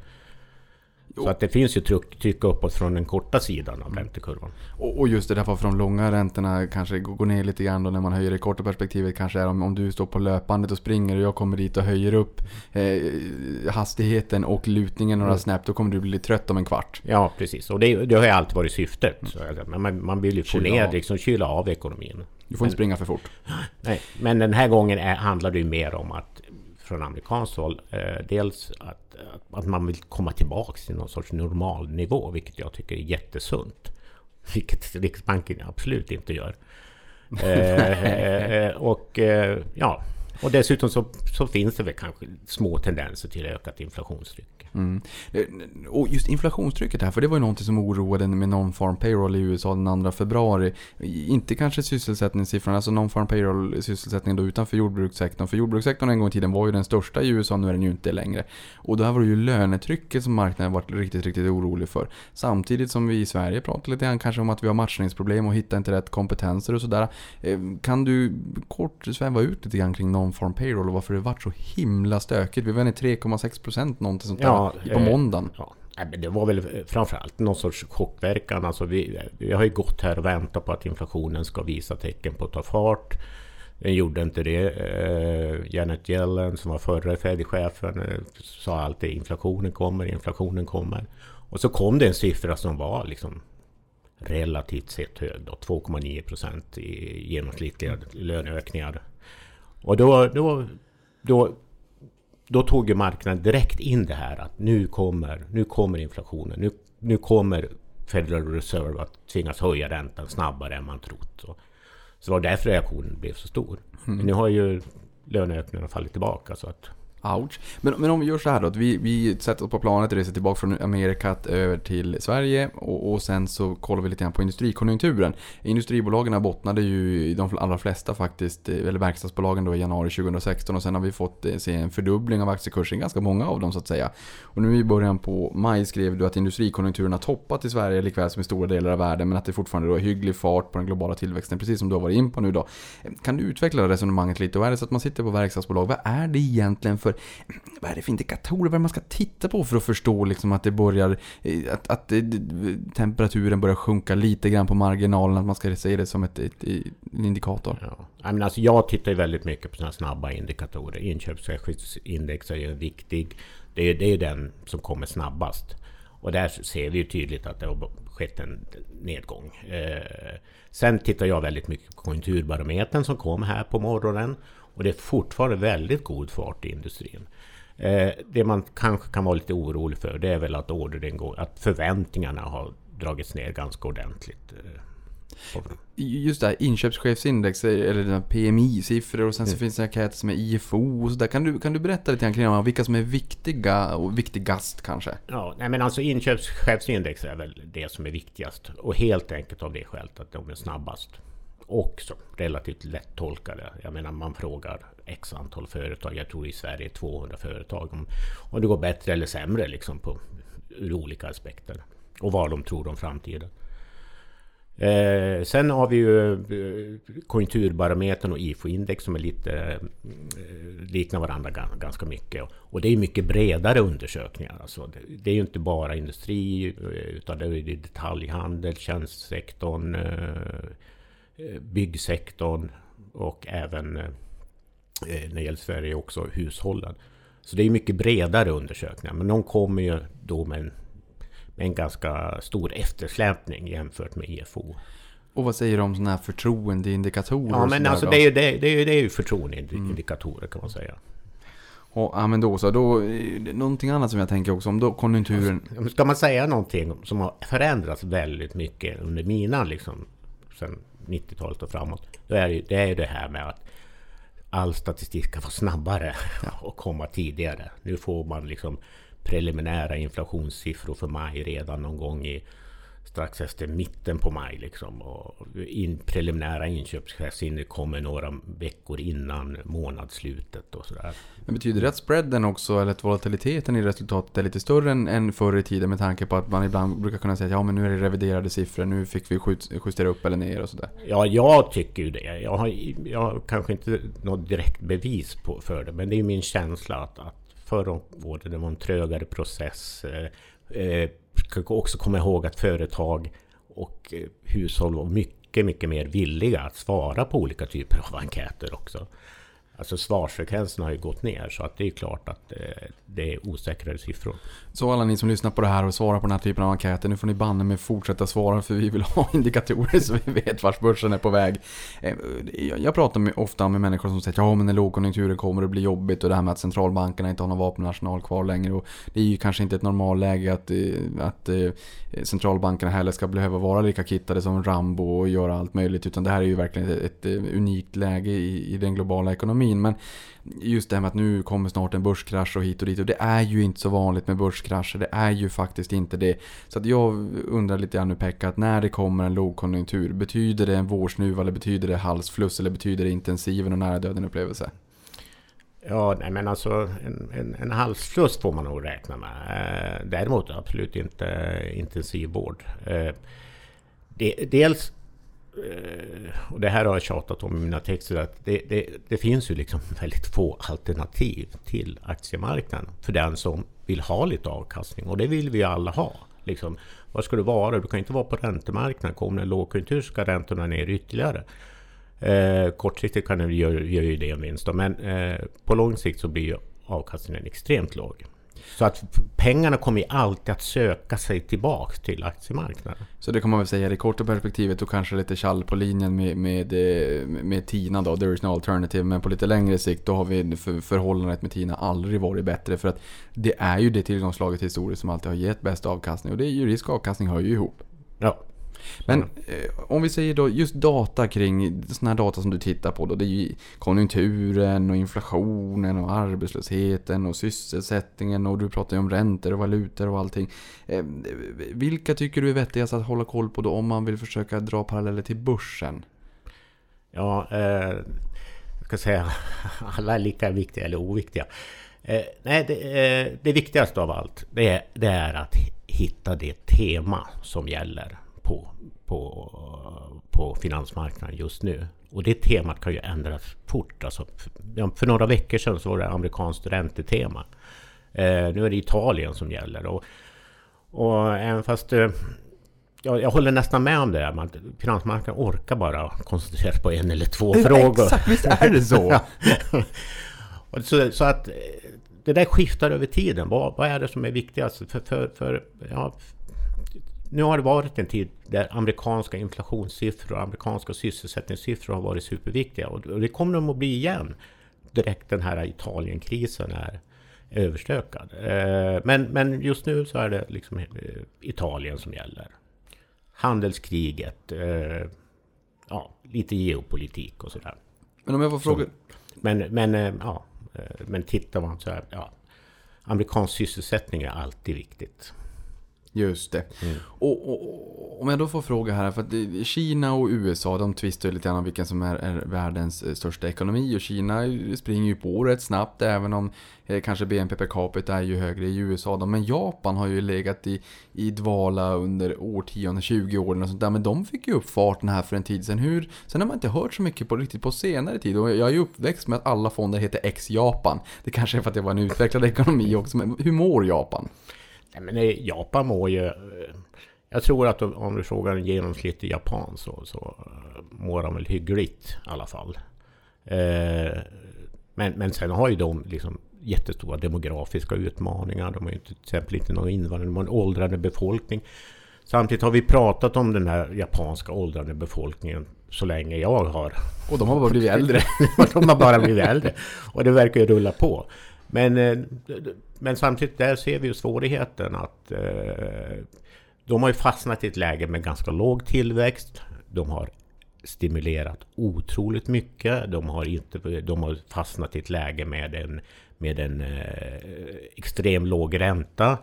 att det finns ju tryck uppåt från den korta sidan av räntekurvan. Och just det därför från långa räntorna kanske går ner lite grann då när man höjer det korta perspektivet, kanske är om du står på löpbandet och springer och jag kommer dit och höjer upp hastigheten och lutningen några snäpp, då kommer du bli lite trött om en kvart. Ja, precis. Och det har ju alltid varit syftet. Men man vill ju få ner, liksom kyla av ekonomin. Du får inte springa för fort. Nej, men den här gången handlar det ju mer om att från amerikanskt håll, dels att man vill komma tillbaka till någon sorts normal nivå, vilket jag tycker är jättesunt, vilket Riksbanken absolut inte gör. Och dessutom så finns det väl kanske små tendenser till ökat inflationstryck. Mm. Och just inflationstrycket här, för det var ju någonting som oroade med non-farm payroll i USA den 2 februari. Inte kanske sysselsättningssiffrorna, alltså non-farm payroll sysselsättning då utanför jordbrukssektorn. För jordbrukssektorn en gång i tiden var ju den största i USA, nu är den ju inte längre. Och då var det ju lönetrycket som marknaden varit riktigt orolig för. Samtidigt som vi i Sverige pratar lite grann kanske om att vi har matchningsproblem och hittar inte rätt kompetenser och sådär. Kan du kort sväva ut lite grann kring non-farm payroll och varför det varit så himla stökigt? Vi var inne 3,6% någonting sånt där på måndagen. Ja. Det var väl framförallt någon sorts chockverkan. Alltså vi har ju gått här och väntat på att inflationen ska visa tecken på att ta fart. Den gjorde inte det. Janet Yellen som var förra Fed-chefen sa alltid inflationen kommer. Och så kom det en siffra som var liksom relativt sett hög då, 2,9% i genomsnittliga löneökningar. Och då tog ju marknaden direkt in det här att nu kommer inflationen. Nu kommer Federal Reserve att tvingas höja räntan snabbare än man trott. Så var därför reaktionen blev så stor. Men nu har ju löneökningarna fallit tillbaka så att... Ouch. Men om vi gör så här då, att vi sätter oss på planet och reser tillbaka från Amerika över till Sverige och sen så kollar vi lite grann på industrikonjunkturen. Industribolagen bottnade ju i de allra flesta faktiskt, eller verkstadsbolagen då i januari 2016 och sen har vi fått se en fördubbling av aktiekursen, ganska många av dem så att säga. Och nu i början på maj skrev du att industrikonjunkturen har toppat i Sverige likväl som i stora delar av världen, men att det fortfarande då är hygglig fart på den globala tillväxten, precis som du har varit in på nu då. Kan du utveckla resonemanget lite? Och är det så att man sitter på verkstadsbolag, vad är det egentligen vad är det för indikatorer, vad är det man ska titta på för att förstå liksom att det börjar att temperaturen börjar sjunka lite grann på marginalen, att man ska se det som en indikator? Ja. Men alltså jag tittar ju väldigt mycket på sådana snabba indikatorer. Inköpschefsindex är ju viktig. Det är den som kommer snabbast. Och där ser vi ju tydligt att det har skett en nedgång. Sen tittar jag väldigt mycket på konjunkturbarometern som kom här på morgonen. Och det är fortfarande väldigt god fart i industrin. Det man kanske kan vara lite orolig för, det är väl att att förväntningarna har dragits ner ganska ordentligt. Just det här, inköpschefsindex eller den PMI-siffror och sen så finns det enkäter som är IFO och så där. Kan du berätta lite grann vilka som är viktiga och viktigast kanske? Ja, men alltså inköpschefsindex är väl det som är viktigast och helt enkelt av det skälet att de är snabbast. Också relativt lätt tolkade. Jag menar man frågar x antal företag, jag tror i Sverige 200 företag om det går bättre eller sämre liksom ur olika aspekter och vad de tror om framtiden. Sen har vi ju konjunkturbarometern och IFO-index som är lite liknar varandra ganska mycket. Och det är mycket bredare undersökningar. Alltså det är ju inte bara industri utan det är detaljhandel, tjänstesektorn, byggsektorn och även när det gäller Sverige också hushållen. Så det är mycket bredare undersökningar, men de kommer ju då med en ganska stor eftersläpning jämfört med IFO. Och vad säger du om sådana här förtroendeindikatorer? Ja, men alltså det är ju förtroendeindikatorer kan man säga. Ja, men då någonting annat som jag tänker också om då konjunkturen. Ska man säga någonting som har förändrats väldigt mycket under mina liksom sen 90-talet och framåt, då är det här med att all statistik ska vara snabbare och komma tidigare. Nu får man liksom preliminära inflationssiffror för maj redan någon gång strax efter mitten på maj liksom, och preliminära inköpschefsindex kommer några veckor innan månadsslutet och sådär. Men betyder det att spreaden också, eller att volatiliteten i resultatet är lite större än förr i tiden med tanke på att man ibland brukar kunna säga att ja, men nu är det reviderade siffror, nu fick vi justera upp eller ner och sådär? Ja, jag tycker ju det. Jag har kanske inte något direkt bevis för det, men det är min känsla att förra året det var en trögare process. Ska också komma ihåg att företag och hushåll var mycket mer villiga att svara på olika typer av enkäter också. Alltså svarsfrekvensen har ju gått ner, så att det är klart att det är osäkrare siffror. Så alla ni som lyssnar på det här och svarar på den här typen av enkäter, nu får ni banne med fortsätta svara, för vi vill ha indikatorer så vi vet vart börsen är på väg. Jag pratar ofta med människor som säger men när lågkonjunkturen kommer det bli jobbigt, och det här med att centralbankerna inte har någon vapenarsenal kvar längre, och det är ju kanske inte ett normalläge att centralbankerna heller ska behöva vara lika kittade som Rambo och göra allt möjligt, utan det här är ju verkligen ett unikt läge i den globala ekonomin. ekonomin. Men just det här med att nu kommer snart en börskrasch och hit och dit. Och det är ju inte så vanligt med börskrascher. Det är ju faktiskt inte det. Så att jag undrar lite grann nu, Pekka, att när det kommer en lågkonjunktur, betyder det en vårsnuva eller betyder det halsfluss eller betyder det intensiven och nära döden upplevelse? Ja, nej, men alltså en halsfluss får man nog räkna med. Däremot absolut inte intensivvård. Dels, och det här har jag tjatat om i mina texter, att det finns ju liksom väldigt få alternativ till aktiemarknaden för den som vill ha lite avkastning. Och det vill vi alla ha. Liksom, vad ska det vara? Du kan inte vara på räntemarknaden. Kommer en lågkonjunktur ska räntorna ner ytterligare. Kortsiktigt kan det göra ju det en vinst. Men på lång sikt så blir ju avkastningen extremt låg. Så att pengarna kommer alltid att söka sig tillbaka till aktiemarknaden. Så det kan man väl säga, i det korta perspektivet och kanske lite kall på linjen med Tina då, there is no alternative. Men på lite längre sikt då har vi förhållandet med Tina aldrig varit bättre. För att det är ju det tillgångslaget historiskt som alltid har gett bäst avkastning. Och det är ju risk och avkastning hör ju ihop. Ja. Men om vi säger då just data kring såna här data som du tittar på då, det är ju konjunkturen och inflationen och arbetslösheten och sysselsättningen och du pratar ju om räntor och valutor och allting. Vilka tycker du är vettigast att hålla koll på då om man vill försöka dra paralleller till börsen? Ja, jag ska säga alla är lika viktiga eller oviktiga. Nej, det viktigaste av allt det är att hitta det tema som gäller på finansmarknaden just nu. Och det temat kan ju ändras fort. Alltså, för några veckor sedan så var det amerikanskt räntetema. Nu är det Italien som gäller. Och även fast jag håller nästan med om det här. Man, finansmarknaden orkar bara koncentrera sig på en eller två frågor. Exakt, visst är det så? så att det där skiftar över tiden. Vad är det som är viktigast? Nu har det varit en tid där amerikanska inflationssiffror och amerikanska sysselsättningssiffror har varit superviktiga. Och det kommer de att bli igen direkt den här Italienkrisen är överstökad. Men just nu så är det liksom Italien som gäller. Handelskriget, lite geopolitik och sådär. Men om jag får fråga... Men tittar man så här, amerikansk sysselsättning är alltid viktigt. Just det. Och om jag då får fråga här, för att Kina och USA, de tvistar lite grann om vilken som är världens största ekonomi, och Kina springer ju på rätt snabbt, även om kanske BNP per capita är ju högre i USA då. Men Japan har ju legat i dvala under årtionden, 20 år och sånt där, men de fick ju upp farten här för en tid sedan. Sen har man inte hört så mycket riktigt på senare tid, och jag är ju uppväxt med att alla fonder heter ex-Japan. Det kanske är för att det var en utvecklad ekonomi också, men hur mår Japan? Nej, men Japan mår ju... Jag tror att om du frågar en genomsnittlig japan så mår de väl hyggligt i alla fall. Men sen har ju de liksom jättestora demografiska utmaningar. De har ju till exempel inte någon invandring, de har en åldrande befolkning. Samtidigt har vi pratat om den här japanska åldrande befolkningen så länge jag har. Och de har bara blivit äldre. De har bara blivit äldre. Och det verkar ju rulla på. Men samtidigt där ser vi ju svårigheten att de har ju fastnat i ett läge med ganska låg tillväxt. De har stimulerat otroligt mycket. De har fastnat i ett läge med en extrem låg ränta.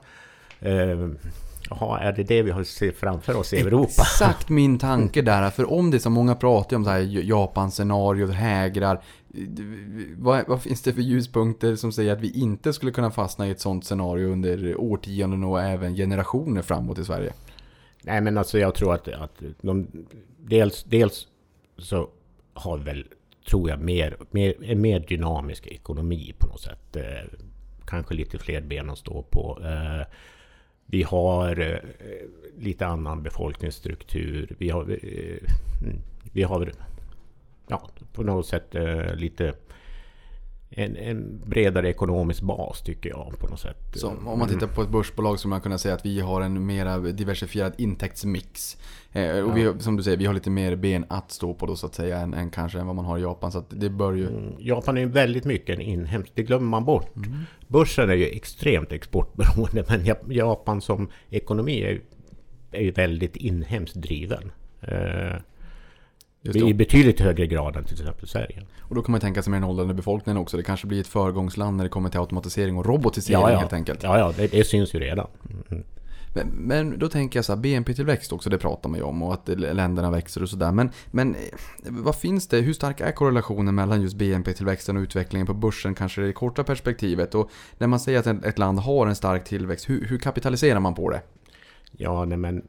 Är det vi har sett framför oss i Europa? Exakt min tanke där. För om det är så många pratar om så här Japan-scenario hägrar, vad finns det för ljuspunkter som säger att vi inte skulle kunna fastna i ett sånt scenario under årtionden och även generationer framåt i Sverige? Nej, men alltså jag tror att de dels så har väl, tror jag, en mer dynamisk ekonomi på något sätt. Kanske lite fler ben att stå på. Vi har lite annan befolkningsstruktur. Vi har på något sätt lite en bredare ekonomisk bas, tycker jag, på något sätt. Så om man tittar på ett börsbolag så man kunna säga att vi har en mer diversifierad intäktsmix. Och vi, som du säger, vi har lite mer ben att stå på då, så att säga, än kanske än vad man har i Japan. Så att det bör ju... Japan är ju väldigt mycket en inhemsk, det glömmer man bort. Börsen är ju extremt exportberoende, men Japan som ekonomi är ju väldigt inhemskt driven. I betydligt högre grad än till exempel Sverige. Och då kan man tänka sig med den åldrande befolkningen också. Det kanske blir ett föregångsland när det kommer till automatisering och robotisering helt enkelt. Ja, det syns ju redan. Mm. Men då tänker jag så här, BNP-tillväxt också, det pratar man ju om, och att länderna växer och sådär. Men vad finns det, hur stark är korrelationen mellan just BNP-tillväxten och utvecklingen på börsen, kanske i det korta perspektivet? Och när man säger att ett land har en stark tillväxt, hur kapitaliserar man på det? Ja, nej men...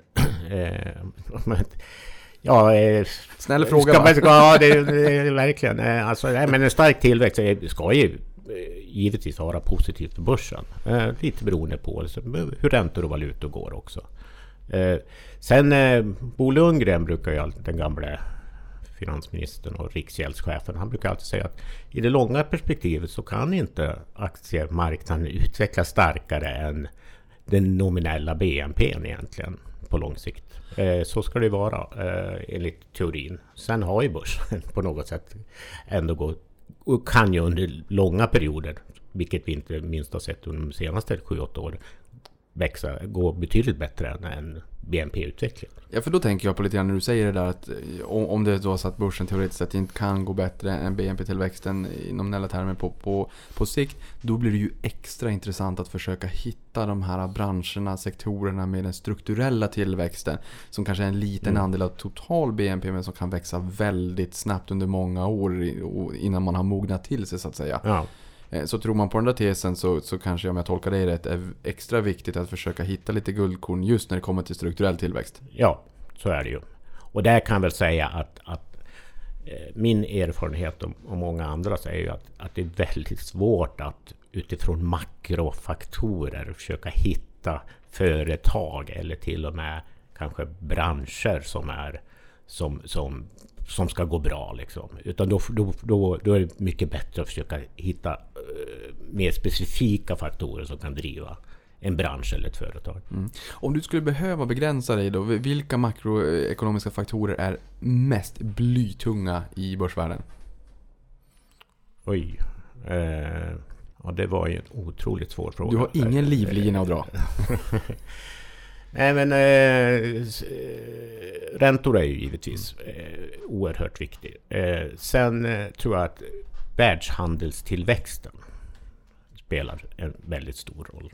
Snäll fråga. Ja, det är verkligen. Alltså, men en stark tillväxt ska ju givetvis vara positivt för börsen. Lite beroende på hur räntor och valutor går också. Sen Bo Lundgren brukar ju alltid, den gamla finansministern och riksgäldschefen, han brukar alltid säga att i det långa perspektivet så kan inte aktiemarknaden utvecklas starkare än den nominella BNP:n egentligen på lång sikt. Så ska det vara enligt teorin. Sen har ju börsen på något sätt ändå gått, och kan ju under långa perioder, vilket vi inte minst har sett under de senaste 7-8 åren, gå betydligt bättre än BNP-utveckling. Ja, för då tänker jag på lite grann när du säger det där att om det är så att börsen teoretiskt sett inte kan gå bättre än BNP-tillväxten i nominella termer på sikt, då blir det ju extra intressant att försöka hitta de här branscherna, sektorerna med den strukturella tillväxten som kanske är en liten andel av total BNP men som kan växa väldigt snabbt under många år innan man har mognat till sig så att säga. Ja. Så tror man på den där tesen så kanske, om jag tolkar det rätt, är extra viktigt att försöka hitta lite guldkorn just när det kommer till strukturell tillväxt. Ja, så är det ju. Och där kan jag väl säga att min erfarenhet och många andra säger ju att det är väldigt svårt att utifrån makrofaktorer försöka hitta företag eller till och med kanske branscher som ska gå bra liksom. Utan då är det mycket bättre att försöka hitta mer specifika faktorer som kan driva en bransch eller ett företag. Mm. Om du skulle behöva begränsa dig då, vilka makroekonomiska faktorer är mest blytunga i börsvärlden? Oj. Ja, det var ju en otroligt svår fråga. Du har ingen livlina att dra. Nej, men räntor är ju givetvis oerhört viktigt. Sen tror jag att världshandelstillväxten spelar en väldigt stor roll.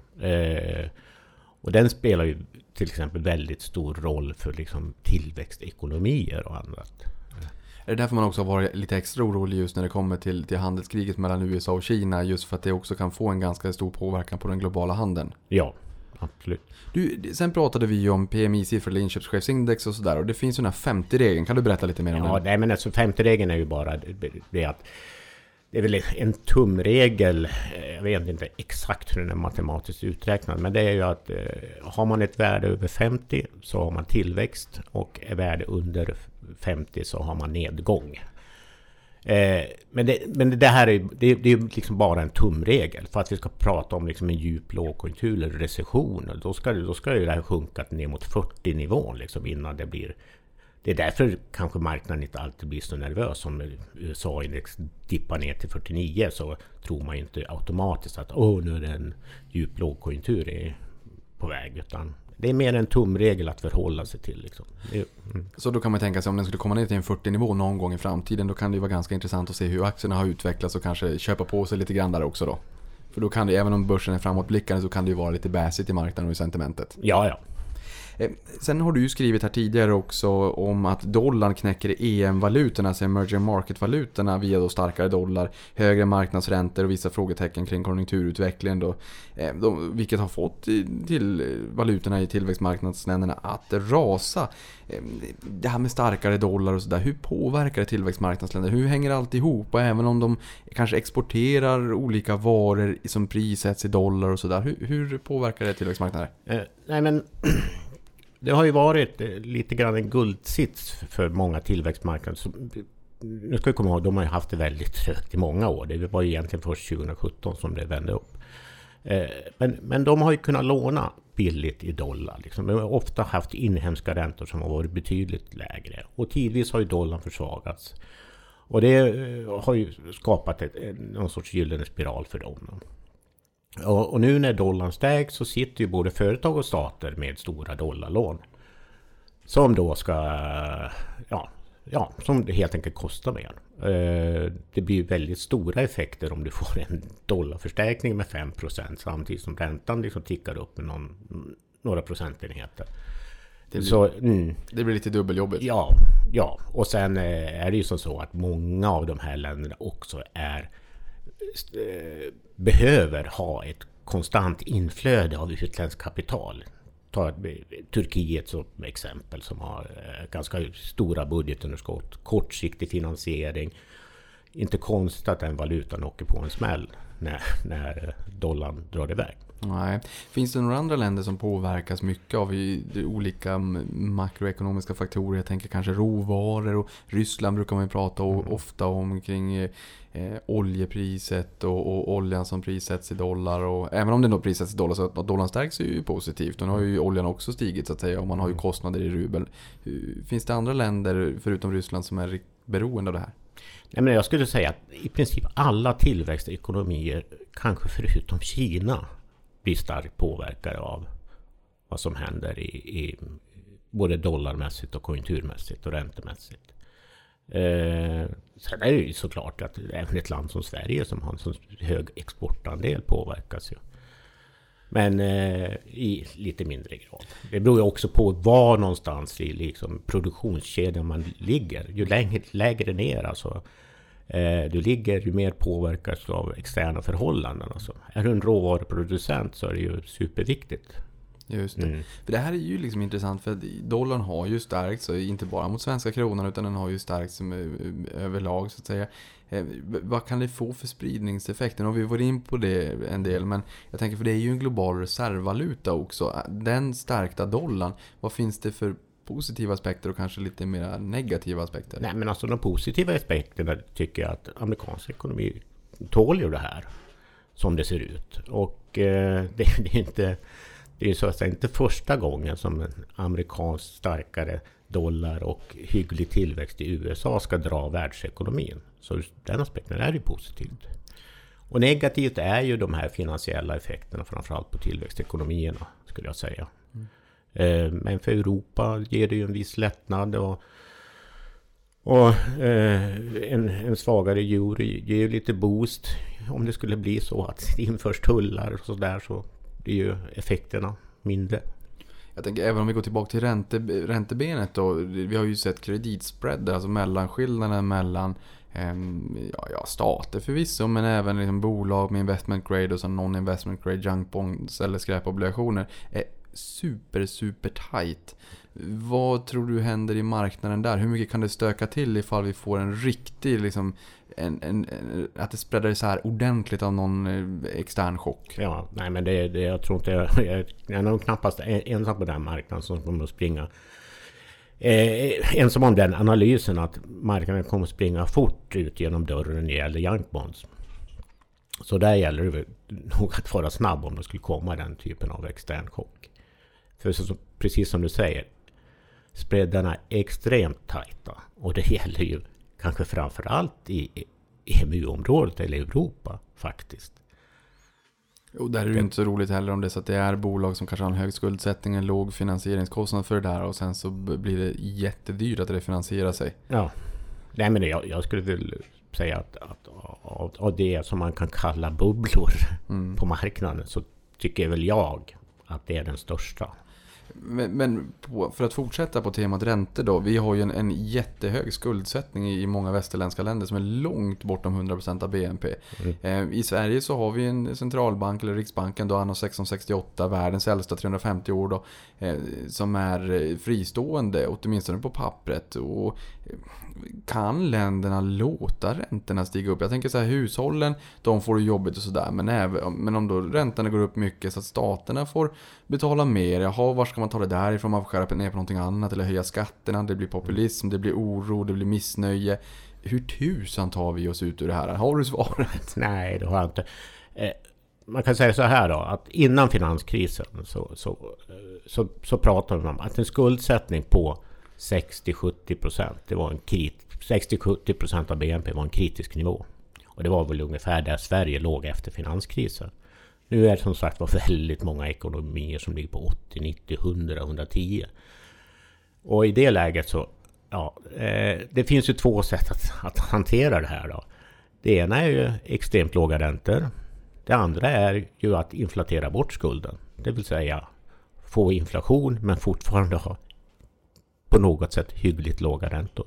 Och den spelar ju till exempel väldigt stor roll för liksom tillväxtekonomier och annat. Är det därför man också har varit lite extra orolig just när det kommer till handelskriget mellan USA och Kina, just för att det också kan få en ganska stor påverkan på den globala handeln? Ja, absolut. Sen pratade vi ju om PMI-siffror eller inköpschefsindex och sådär, och det finns ju den här 50-regeln. Kan du berätta lite mer om den? Ja, nej, men alltså 50-regeln är ju bara det att det är väl en tumregel, jag vet inte exakt hur den är matematiskt uträknad, men det är ju att har man ett värde över 50 så har man tillväxt, och är värde under 50 så har man nedgång. Men det här är liksom bara en tumregel. För att vi ska prata om liksom en djup lågkonjunktur eller recession, då ska det här sjunka ner mot 40 nivån liksom innan det blir. Det är därför kanske marknaden inte alltid blir så nervös. Om USA-index dippar ner till 49 så tror man inte automatiskt att nu är det en djup lågkonjunktur på väg, utan det är mer en tumregel att förhålla sig till. Liksom. Så då kan man tänka sig, om den skulle komma ner till en 40-nivå någon gång i framtiden, då kan det ju vara ganska intressant att se hur aktierna har utvecklats och kanske köpa på sig lite grann där också då. För då kan det, även om börsen är framåtblickande, så kan det ju vara lite bäsigt i marknaden och i sentimentet. Ja. Sen har du ju skrivit här tidigare också om att dollarn knäcker EM-valutorna, alltså emerging market-valutorna, via då starkare dollar, högre marknadsräntor och vissa frågetecken kring konjunkturutvecklingen då, vilket har fått till valutorna i tillväxtmarknadsländerna att rasa. Det här med starkare dollar och sådär, hur påverkar det tillväxtmarknadsländer? Hur hänger allt ihop? Och även om de kanske exporterar olika varor som prissätts i dollar och sådär, hur påverkar det tillväxtmarknader? Nej, men det har ju varit lite grann en guldsits för många tillväxtmarknader. Nu ska vi komma ihåg, de har ju haft det väldigt trögt i många år. Det var ju egentligen först 2017 som det vände upp. Men de har ju kunnat låna billigt i dollar. Liksom. De har ofta haft inhemska räntor som har varit betydligt lägre. Och tidvis har ju dollarn försvagats. Och det har ju skapat någon sorts gyllene spiral för dem. Och nu när dollarn stärks så sitter ju både företag och stater med stora dollarlån. Som då ska som det helt enkelt kostar mer. Det blir väldigt stora effekter om du får en dollarförstärkning med 5% samtidigt som räntan liksom tickar upp med några procentenheter. Det blir lite dubbeljobbigt. Ja. Och sen är det ju så att många av de här länderna också behöver ha ett konstant inflöde av utländskt kapital. Ta Turkiet som exempel som har ganska stora budgetunderskott, kortsiktig finansiering. Inte konstigt att den valutan åker på en smäll när dollarn drar iväg. Nej. Finns det några andra länder som påverkas mycket av olika makroekonomiska faktorer? Jag tänker kanske råvaror, och Ryssland brukar man ju prata ofta om kring oljepriset och oljan som prissätts i dollar, och även om det då prissätts i dollar så att dollarn stärks är ju positivt. Och nu har ju oljan också stigit så att säga, och man har ju kostnader i rubel. Finns det andra länder förutom Ryssland som är beroende av det här? Nej, men jag skulle säga att i princip alla tillväxtekonomier, kanske förutom Kina, blir starkt påverkade av vad som händer i både dollarmässigt och konjunkturmässigt och räntemässigt. Sen är det ju såklart att även ett land som Sverige som har en så hög exportandel påverkas ju. Men i lite mindre grad. Det beror ju också på var någonstans i liksom produktionskedjan man ligger. Ju lägre ner alltså du ligger, ju mer påverkas av externa förhållanden. Alltså. Är du en råvaruproducent så är det ju superviktigt. Just det. För det här är ju liksom intressant, för att dollarn har ju stärkt, så inte bara mot svenska kronan utan den har ju stärkt som överlag så att säga. Vad kan det få för spridningseffekter? Och vi var in på det en del, men jag tänker, för det är ju en global reservvaluta också. Den stärkta dollarn, vad finns det för positiva aspekter och kanske lite mer negativa aspekter? Nej, men alltså de positiva aspekterna tycker jag att amerikansk ekonomi tål ju det här som det ser ut. Och det är ju så att säga inte första gången som en amerikansk starkare dollar och hygglig tillväxt i USA ska dra världsekonomin. Så den aspekten är ju positivt. Och negativt är ju de här finansiella effekterna, framförallt på tillväxtekonomierna skulle jag säga. Men för Europa ger det ju en viss lättnad och en svagare euro ger ju lite boost. Om det skulle bli så att det införs tullar och sådär, så är ju effekterna mindre. Jag tänker, även om vi går tillbaka till räntebenet då, vi har ju sett kreditspread, alltså mellanskillnaden mellan stater förvisso, men även liksom bolag med investment grade och så non-investment grade junk bonds eller skräpobligationer är super tight. Vad tror du händer i marknaden där? Hur mycket kan det stöka till ifall vi får en riktig liksom, att det spreadar så här ordentligt av någon extern chock? Ja, nej, men jag tror inte jag är nog knappast ensam på den marknaden som kommer att springa ensam om den analysen att marknaden kommer att springa fort ut genom dörren när det gäller junk bonds. Så där gäller det nog att vara snabb om det skulle komma den typen av extern chock. För så, precis som du säger, spreadarna är extremt tajta, och det gäller ju kanske framförallt i EMU-området eller Europa faktiskt. Och där är det ju inte så roligt heller om det så att det är bolag som kanske har en hög skuldsättning, en låg finansieringskostnad för det där, och sen så blir det jättedyrt att refinansiera sig. Ja, nej, men jag skulle väl säga att av det som man kan kalla bubblor på marknaden, så tycker väl jag att det är den största. Men för att fortsätta på temat räntor då, vi har ju en jättehög skuldsättning i många västerländska länder som är långt bortom 100% av BNP. I Sverige så har vi en centralbank, eller Riksbanken då, anno 1668, världens äldsta, 350 år då, som är fristående, åtminstone på pappret. Och kan länderna låta räntorna stiga upp? Jag tänker så här, hushållen, de får det jobbigt och sådär, men om då räntorna går upp mycket så att staterna får betala mer, var ska man ta det därifrån? Man får skära ner på någonting annat eller höja skatterna, det blir populism, det blir oro, det blir missnöje. Hur tusan tar vi oss ut ur det här? Har du svaret? Nej, det har jag inte. Man kan säga så här då, att innan finanskrisen så pratade man om att en skuldsättning på 60-70%, det var 60-70% av BNP var en kritisk nivå. Och det var väl ungefär där Sverige låg efter finanskrisen. Nu är det som sagt väldigt många ekonomier som ligger på 80, 90, 100, 110. Och i det läget så Ja, det finns ju två sätt att hantera det här då. Det ena är ju extremt låga räntor. Det andra är ju att inflatera bort skulden. Det vill säga få inflation men fortfarande ha på något sätt hyggligt låga räntor.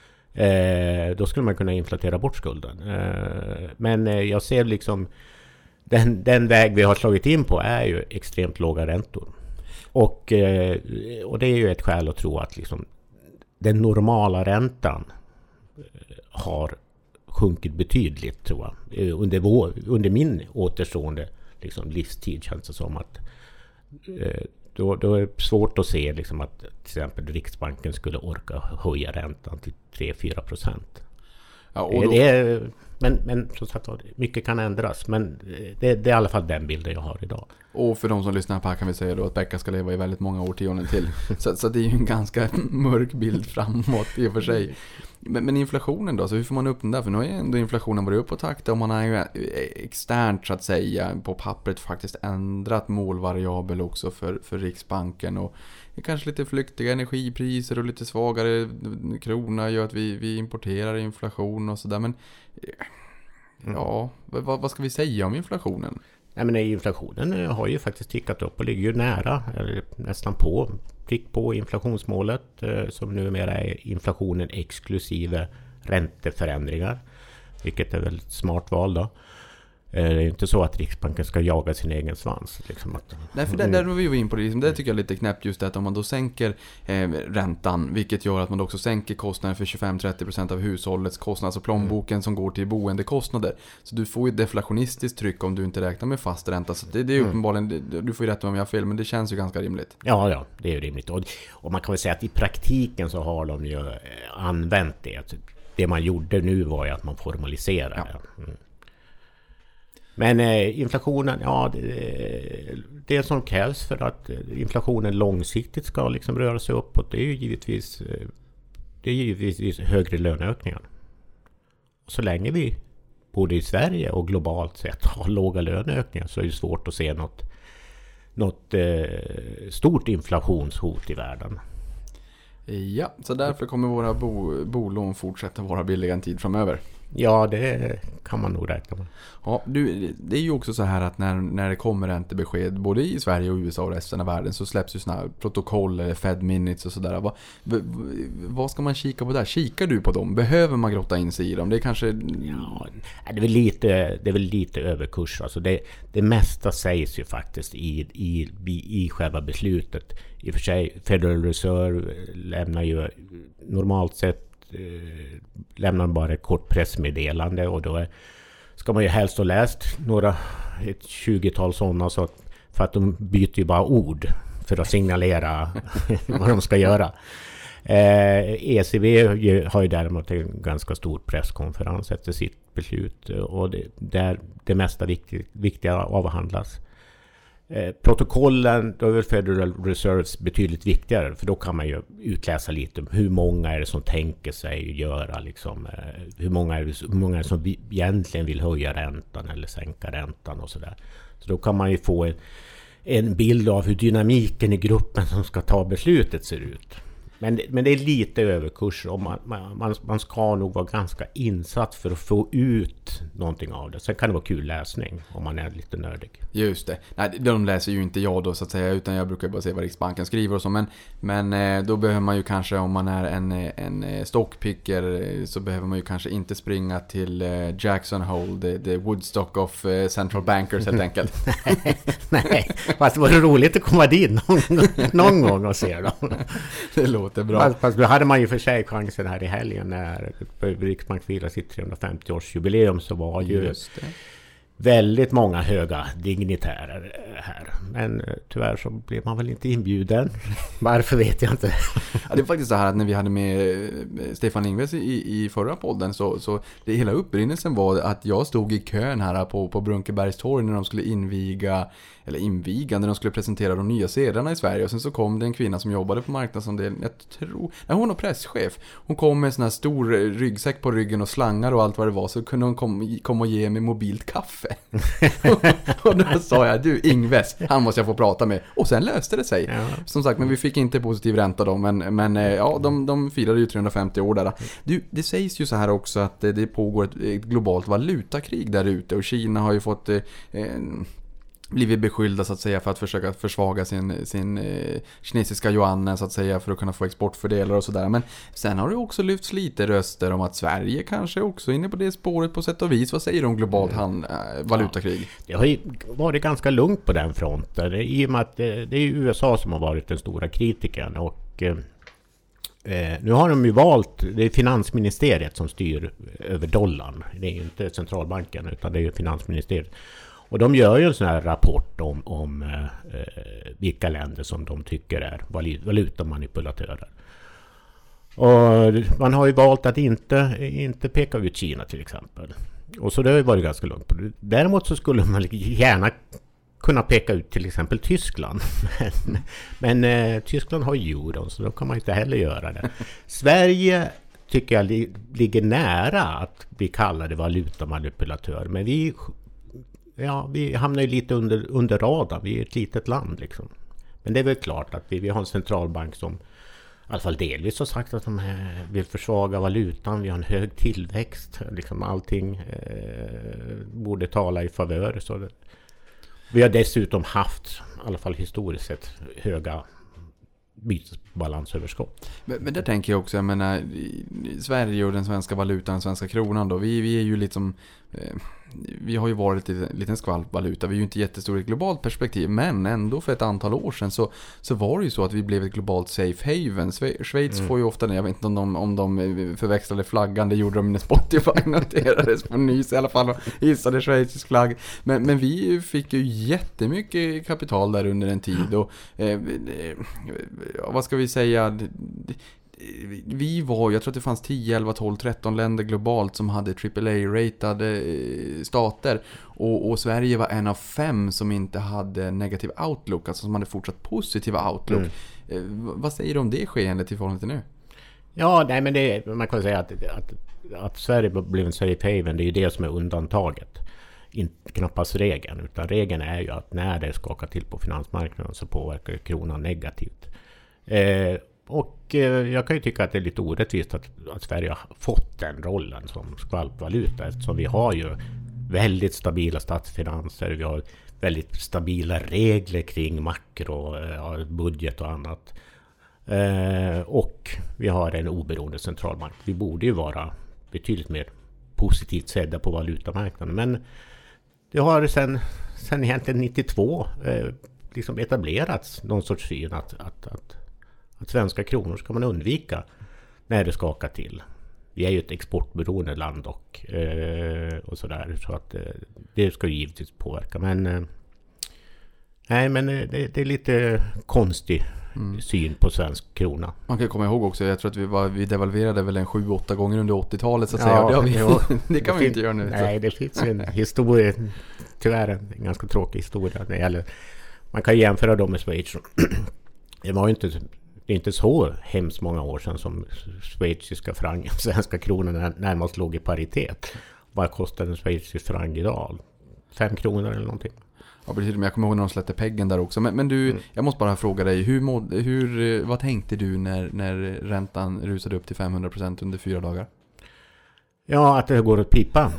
Då skulle man kunna inflatera bort skulden. Men jag ser liksom den väg vi har slagit in på är ju extremt låga räntor. Och det är ju ett skäl att tro att liksom den normala räntan har sjunkit betydligt, tror jag. Under min återstående liksom livstid känns det som att då är det svårt att se liksom att till exempel Riksbanken skulle orka höja räntan till 3-4%. Ja, och då... Men som sagt, mycket kan ändras. Men det är i alla fall den bilden jag har idag. Och för de som lyssnar på här kan vi säga då att Becka ska leva i väldigt många årtionden till. Så det är ju en ganska mörk bild framåt i och för sig. Men inflationen då, så hur får man upp den där? För nu har ju ändå inflationen varit upp på takt och man har ju externt så att säga på pappret faktiskt ändrat målvariabel också för Riksbanken. Och det är kanske lite flyktiga energipriser och lite svagare krona gör att vi importerar inflation och sådär. Men ja, vad ska vi säga om inflationen? Nej, men inflationen har ju faktiskt tickat upp och ligger ju nära, eller nästan tick på inflationsmålet som numera är inflationen exklusive ränteförändringar. Vilket är väldigt smart val då. Det är inte så att Riksbanken ska jaga sin egen svans. Liksom att, nej, för där var vi ju in på det. Liksom, det tycker jag är lite knäppt just det att om man då sänker räntan, vilket gör att man också sänker kostnaden för 25-30% av hushållets kostnader, alltså plånboken som går till boendekostnader. Så du får ju deflationistiskt tryck om du inte räknar med fast ränta. Så det är uppenbarligen, du får ju rätt om jag har fel, men det känns ju ganska rimligt. Ja, det är ju rimligt. Och man kan väl säga att i praktiken så har de ju använt det. Det man gjorde nu var ju att man formaliserade det. Mm. Men inflationen, ja, det som krävs för att inflationen långsiktigt ska liksom röra sig uppåt, det är ju givetvis högre löneökningar. Och så länge vi både i Sverige och globalt sett har låga löneökningar så är det svårt att se något stort inflationshot i världen. Ja, så därför kommer våra bolån fortsätta vara billiga en tid framöver. Ja, det kan man nog räkna med. Ja, det är ju också så här att när det kommer räntebesked både i Sverige och USA och resten av världen så släpps ju såna här protokoll eller Fed Minutes och sådär. Vad ska man kika på där? Kikar du på dem? Behöver man grotta in sig i dem? Det är kanske... Ja, det är väl lite överkurs. Alltså det mesta sägs ju faktiskt i själva beslutet. I och för sig, Federal Reserve lämnar ju normalt sett lämnar bara ett kort pressmeddelande och då ska man ju helst ha läst ett 20-tal sådana för att de byter ju bara ord för att signalera vad de ska göra. ECB har ju däremot en ganska stor presskonferens efter sitt beslut och där det mesta viktiga avhandlas. Protokollen, då är väl Federal Reserves betydligt viktigare för då kan man ju utläsa lite om hur många är det som tänker sig göra liksom, hur många är det som egentligen vill höja räntan eller sänka räntan och sådär. Så då kan man ju få en bild av hur dynamiken i gruppen som ska ta beslutet ser ut. Men det är lite överkurs och man ska nog vara ganska insatt för att få ut någonting av det. Sen kan det vara kul läsning om man är lite nördig. Just det. Nej, de läser ju inte jag då så att säga, utan jag brukar bara se vad Riksbanken skriver och så. Men då behöver man ju kanske, om man är en stockpicker, så behöver man ju kanske inte springa till Jackson Hole, the Woodstock of Central Bankers helt enkelt. Nej, fast det var roligt att komma dit någon gång och se dem. Det låter bra. Fast då hade man ju för sig chansen här i helgen när Riksbank firar sitt 350-årsjubileum så var ju väldigt många höga dignitärer här. Men tyvärr så blev man väl inte inbjuden. Varför vet jag inte. Ja, det är faktiskt så här att när vi hade med Stefan Ingves i förra podden så det hela upprinnelsen var att jag stod i kön här på Brunkebergs torg när de skulle när de skulle presentera de nya sedlarna i Sverige och sen så kom det en kvinna som jobbade på marknadsavdelningen, hon var presschef. Hon kom med en sån här stor ryggsäck på ryggen och slangar och allt vad det var, så kunde hon komma och ge mig mobilt kaffe. kaffe. Och då sa jag, du Ingves, han måste jag få prata med. Och sen löste det sig. Ja. Som sagt, men vi fick inte positiv ränta då. Men ja, de firade ju 350 år där. Du, det sägs ju så här också att det pågår ett globalt valutakrig där ute. Och Kina har ju fått blivit beskyllda så att säga för att försöka försvaga sin kinesiska yuan så att säga för att kunna få exportfördelar och sådär. Men sen har det också lyfts lite röster om att Sverige kanske också är inne på det spåret på sätt och vis. Vad säger du om globalt valutakrig? Det har ju varit ganska lugnt på den fronten i och med att det är USA som har varit den stora kritikern och nu har de ju valt, det är finansministeriet som styr över dollarn. Det är ju inte centralbanken utan det är ju finansministeriet. Och de gör ju en sån här rapport om vilka länder som de tycker är valutamanipulatörer. Och man har ju valt att inte peka ut Kina till exempel. Och så det har ju varit ganska lugnt. Däremot så skulle man gärna kunna peka ut till exempel Tyskland. Men Tyskland har ju euron så då kan man inte heller göra det. Sverige tycker jag ligger nära att bli kallade valutamanipulatör. Men vi hamnar ju lite under radarn. Vi är ett litet land liksom. Men det är väl klart att vi har en centralbank som i alla fall delvis har sagt att de vill försvaga valutan. Vi har en hög tillväxt. Liksom allting borde tala i favör. Så vi har dessutom haft, i alla fall historiskt sett, höga bytesbalansöverskott. Men där tänker jag också, jag menar, Sverige och den svenska valutan, den svenska kronan då, vi är ju liksom vi har ju varit en liten skvalpvaluta. Vi är ju inte jättestor i ett globalt perspektiv, men ändå för ett antal år sedan så var det ju så att vi blev ett globalt safe haven. Schweiz får ju ofta, jag vet inte om de förväxlade flaggan, det gjorde de när Spotify noterades på nys i alla fall, hissade schweizisk flagg. Men vi fick ju jättemycket kapital där under en tid och vad ska vi säga, vi var, jag tror att det fanns 10, 11, 12, 13 länder globalt som hade AAA-ratade stater och Sverige var en av 5 som inte hade negativ outlook, alltså som hade fortsatt positiva outlook. Vad säger du om det skeendet i förhållande till nu? Ja, nej, men man kan säga att Sverige blev en safe haven, det är ju det som är undantaget. Inte knappast regeln, utan regeln är ju att när det skakar till på finansmarknaden så påverkar kronan negativt. Och jag kan ju tycka att det är lite orättvist att Sverige har fått den rollen som skvalpvaluta, eftersom vi har ju väldigt stabila statsfinanser, vi har väldigt stabila regler kring makro, budget och annat. Och vi har en oberoende centralbank. Vi borde ju vara betydligt mer positivt sedda på valutamarknaden, men det har sen egentligen 92 liksom etablerats någon sorts syn att svenska kronor ska man undvika när det skakar till. Vi är ju ett exportberoende land och sådär, så att det ska ju givetvis påverka. Men nej, men det är lite konstig syn på svensk krona. Man kan komma ihåg också, jag tror att vi devalverade väl en 7-8 gånger under 80-talet så att säga. Det kan vi inte göra nu. Nej, det finns en historia, tyvärr en ganska tråkig historia. Det gäller, man kan jämföra dem med Schweiz. Det var ju inte så hemskt många år sedan som schweiziska frangen, svenska kronan närmast låg i paritet. Vad kostar en schweizisk franc idag? 5 kronor eller någonting. Ja, precis. Men jag kommer ihåg när de släppte peggen där också. Men du, jag måste bara fråga dig, vad tänkte du när räntan rusade upp till 500% under 4 dagar? Ja, att det går att pipa.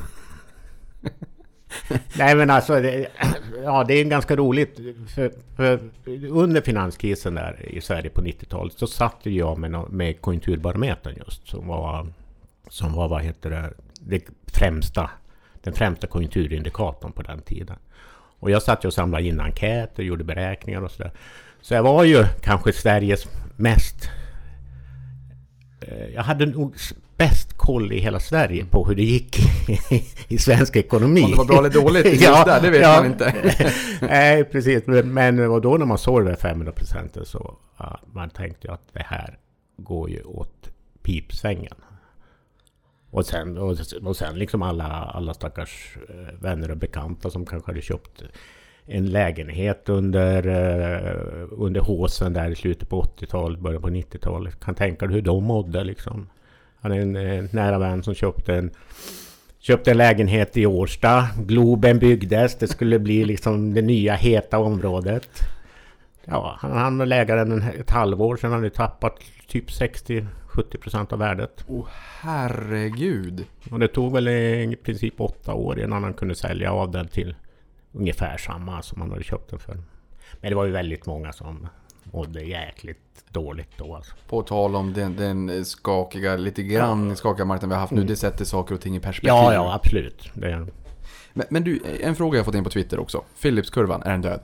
Nej, men alltså, det är ganska roligt. För under finanskrisen där i Sverige på 90-talet så satt jag med konjunkturbarometern just. Som var vad heter det den främsta konjunkturindikatorn på den tiden. Och jag satt och samlade in enkäter, gjorde beräkningar och sådär. Så jag var ju kanske Sveriges mest... Jag hade nog bäst koll i hela Sverige på hur det gick i svensk ekonomi. Om det var bra eller dåligt just där, det vet man inte. Nej, precis. Men då när man såg det 500% så man tänkte att det här går ju åt pipsvängen. Och sen liksom alla stackars vänner och bekanta som kanske hade köpt en lägenhet under håsen där i slutet på 80-talet, början på 90-talet. Kan tänka dig hur de mådde liksom. Han är en nära vän som köpte Köpte en lägenhet i Årsta. Globen byggdes. Det skulle bli liksom det nya heta området. Ja, han var lägaren ett halvår sedan. Han hade tappat typ 60-70% av värdet. Herregud. Och det tog väl i princip 8 år innan han kunde sälja av den till ungefär samma som han hade köpt den för. Men det var ju väldigt många som mådde jäkligt dåligt då alltså. På tal om den skakiga, lite grann skakiga marknaden vi har haft nu, det sätter saker och ting i perspektiv. Ja, absolut. Men du, en fråga jag fått in på Twitter också. Philipskurvan, är den död?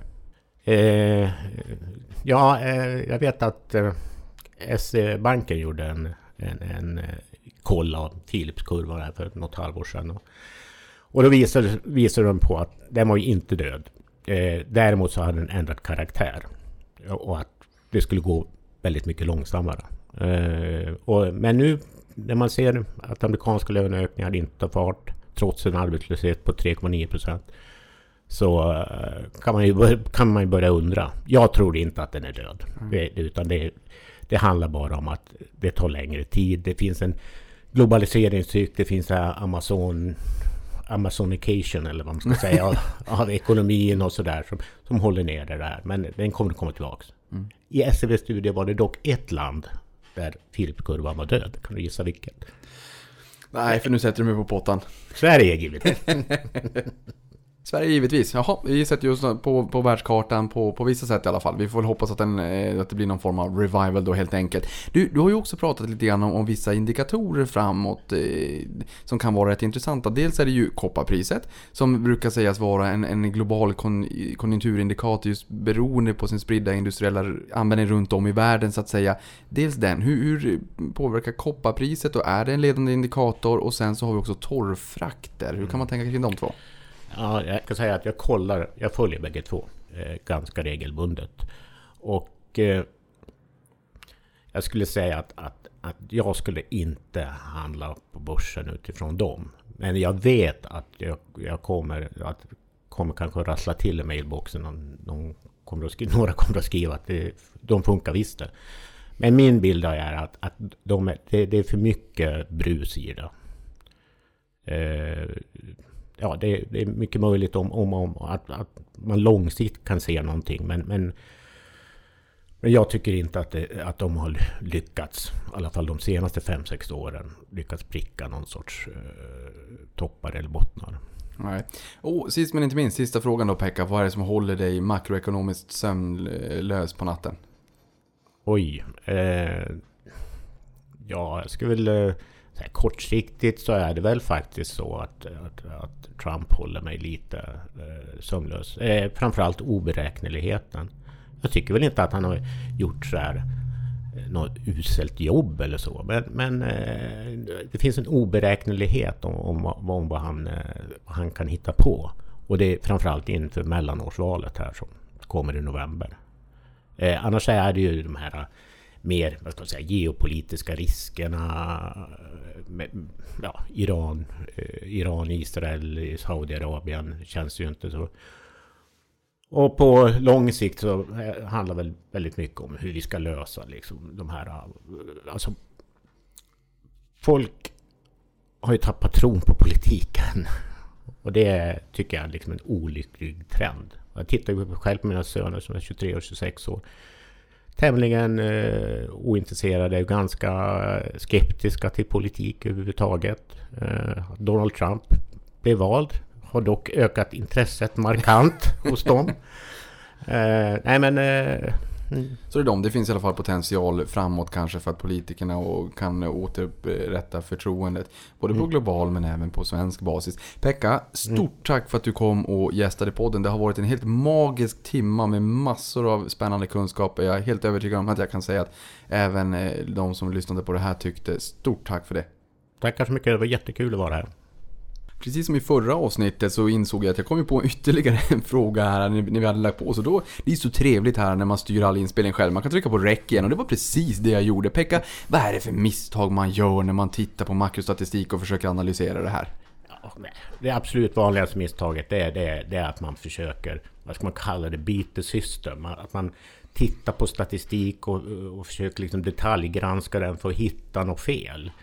Jag vet att SE-banken gjorde en koll av Philipskurvan här för något halvår sedan. Och då visade de på att den var ju inte död. Däremot så hade den ändrat karaktär. Och att det skulle gå väldigt mycket långsammare. Men nu när man ser att amerikanska löneökningar inte tar fart trots en arbetslöshet på 3,9%, så kan man ju börja undra. Jag tror inte att den är död. Utan det handlar bara om att det tar längre tid. Det finns en globaliseringstryck, det finns Amazonication eller vad man ska säga av ekonomin och sådär som håller ner det där. Men den kommer att komma tillbaks. I SCB-studier var det dock ett land där Philipskurvan var död. Kan du gissa vilket? Nej, för nu sätter du mig på pottan. Sverige givetvis. Sverige givetvis. Jaha, vi sätter just på världskartan på vissa sätt i alla fall. Vi får väl hoppas att det blir någon form av revival då helt enkelt. Du har ju också pratat lite grann om vissa indikatorer framåt som kan vara rätt intressanta. Dels är det ju kopparpriset som brukar sägas vara en global konjunkturindikator just beroende på sin spridda industriella användning runt om i världen så att säga. Dels den, hur påverkar kopparpriset och är det en ledande indikator? Och sen så har vi också torrfrakter. Hur kan man tänka kring de två? Ja, jag kan säga att jag följer bägge två ganska regelbundet. Och jag skulle säga att jag skulle inte handla på börsen utifrån dem. Men jag vet att jag kommer kanske rassla till i mailboxen. Några kommer att skriva att de funkar visst. Men min bild är att det är för mycket brus i det. Ja, det är mycket möjligt om att man långsiktigt kan se någonting. Men jag tycker inte att de har lyckats, i alla fall de senaste 5-6 åren, lyckats pricka någon sorts toppar eller bottnar. Nej. Och sist men inte minst, sista frågan då Pekka. Vad är det som håller dig makroekonomiskt sömnlös på natten? Oj. Jag skulle väl... Kortsiktigt så är det väl faktiskt så att Trump håller mig lite sömnlös. Framförallt oberäkneligheten. Jag tycker väl inte att han har gjort så här något uselt jobb eller så. Men det finns en oberäknelighet om vad han kan hitta på. Och det är framförallt inför mellanårsvalet här som kommer i november. Annars är det ju de här mer, vad ska man säga, geopolitiska riskerna med, Iran, Israel, Saudiarabien känns ju inte så. Och på lång sikt så handlar väl väldigt mycket om hur vi ska lösa liksom de här, alltså folk har ju tappat tron på politiken och det tycker jag är liksom en olycklig trend. Jag tittar ju själv på mina söner som är 23 och 26 år. Tämligen ointresserade och ganska skeptiska till politik överhuvudtaget. Donald Trump blev vald. Har dock ökat intresset markant hos dem. Så det finns i alla fall potential framåt kanske för att politikerna kan återupprätta förtroendet. Både på global men även på svensk basis. Pekka, stort tack för att du kom och gästade podden. Det har varit en helt magisk timma med massor av spännande kunskaper. Jag är helt övertygad om att jag kan säga att även de som lyssnade på det här tyckte. Stort tack för det. Tackar så mycket, det var jättekul att vara här. Precis som i förra avsnittet så insåg jag att jag kom på ytterligare en fråga här när vi hade lagt på. Så då, det är så trevligt här när man styr all inspelning själv. Man kan trycka på rec igen och det var precis det jag gjorde. Pekka, vad är det för misstag man gör när man tittar på makrostatistik och försöker analysera det här? Ja, det absolut vanligaste misstaget det är att man försöker, vad ska man kalla det, beat the system. Att man tittar på statistik och försöker liksom detaljgranska den för att hitta något fel.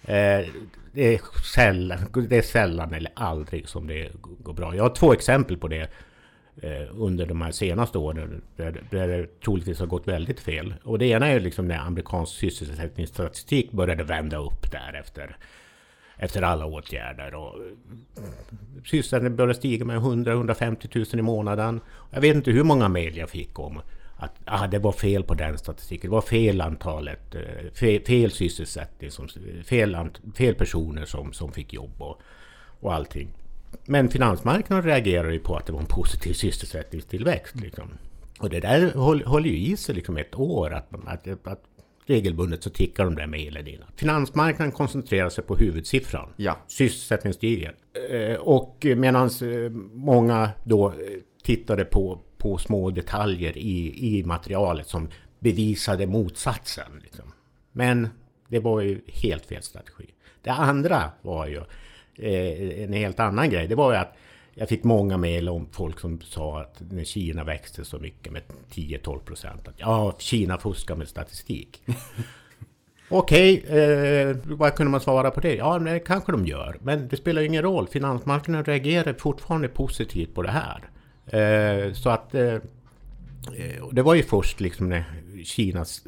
Det är sällan eller aldrig som det går bra. Jag har 2 exempel på det under de här senaste åren där det troligtvis har gått väldigt fel. Och det ena är liksom när amerikansk sysselsättningsstatistik började vända upp där efter alla åtgärder. Och sysselsättningen började stiga med 100-150 000 i månaden. Jag vet inte hur många mejl jag fick om att det var fel på den statistiken. Det var fel antalet, fel sysselsättning, fel personer som fick jobb och allting. Men finansmarknaden reagerar ju på att det var en positiv sysselsättningstillväxt. Liksom. Och det där håller ju i sig liksom ett år att regelbundet så tickar de där mejlen in. Finansmarknaden koncentrerar sig på huvudsiffran. Ja. Sysselsättning stiger. Och medan många då tittade på små detaljer i materialet som bevisade motsatsen. Liksom. Men det var ju helt fel strategi. Det andra var ju en helt annan grej. Det var ju att jag fick många mejl om folk som sa att när Kina växte så mycket med 10-12% att Kina fuskar med statistik. Okej, vad kunde man svara på det? Ja, det kanske de gör. Men det spelar ingen roll. Finansmarknaden reagerar fortfarande positivt på det här. Så att det var ju först liksom när Kinas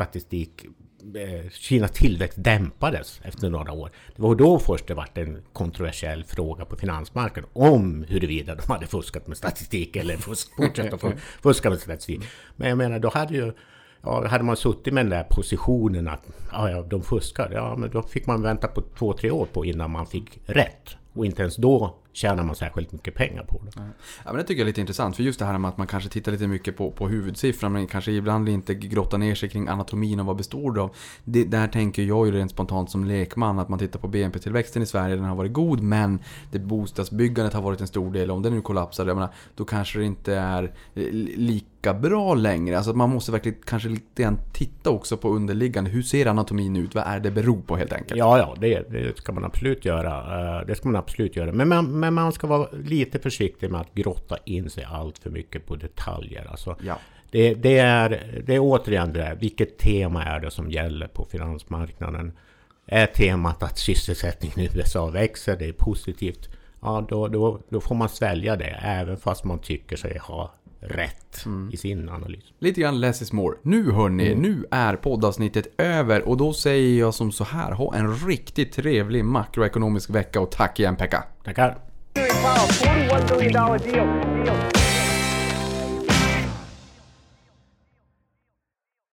tillväxt dämpades efter några år. Det var då först det var en kontroversiell fråga på finansmarknaden om huruvida de hade fuskat med statistik eller fortsätta fuska med statistik. Men jag menar, då hade man suttit med den där positionen att de fuskar. Men då fick man vänta på 2-3 år på innan man fick rätt. Och inte ens då tjänar man särskilt mycket pengar på det. Ja, men det tycker jag är lite intressant. För just det här med att man kanske tittar lite mycket på huvudsiffran, men kanske ibland inte grottar ner sig kring anatomin och vad består det av. Där tänker jag ju rent spontant som lekman att man tittar på BNP-tillväxten i Sverige, den har varit god, men det bostadsbyggandet har varit en stor del. Om det nu kollapsar, jag menar, då kanske det inte är lika bra längre. Alltså att man måste verkligen kanske lite grann titta också på underliggande. Hur ser anatomin ut? Vad är det beror på helt enkelt? Ja, det ska man absolut göra. Det ska man absolut göra. Men man ska vara lite försiktig med att grotta in sig allt för mycket på detaljer. Alltså, ja. Det är återigen det där. Vilket tema är det som gäller på finansmarknaden? Är temat att sysselsättningen i USA växer? Det är positivt. Ja, då får man svälja det. Även fast man tycker sig ha rätt i sin analys. Lite grann less is more. Nu hörni, nu är poddavsnittet över och då säger jag som så här: ha en riktigt trevlig makroekonomisk vecka och tack igen Pekka. Tackar. $41 billion deal.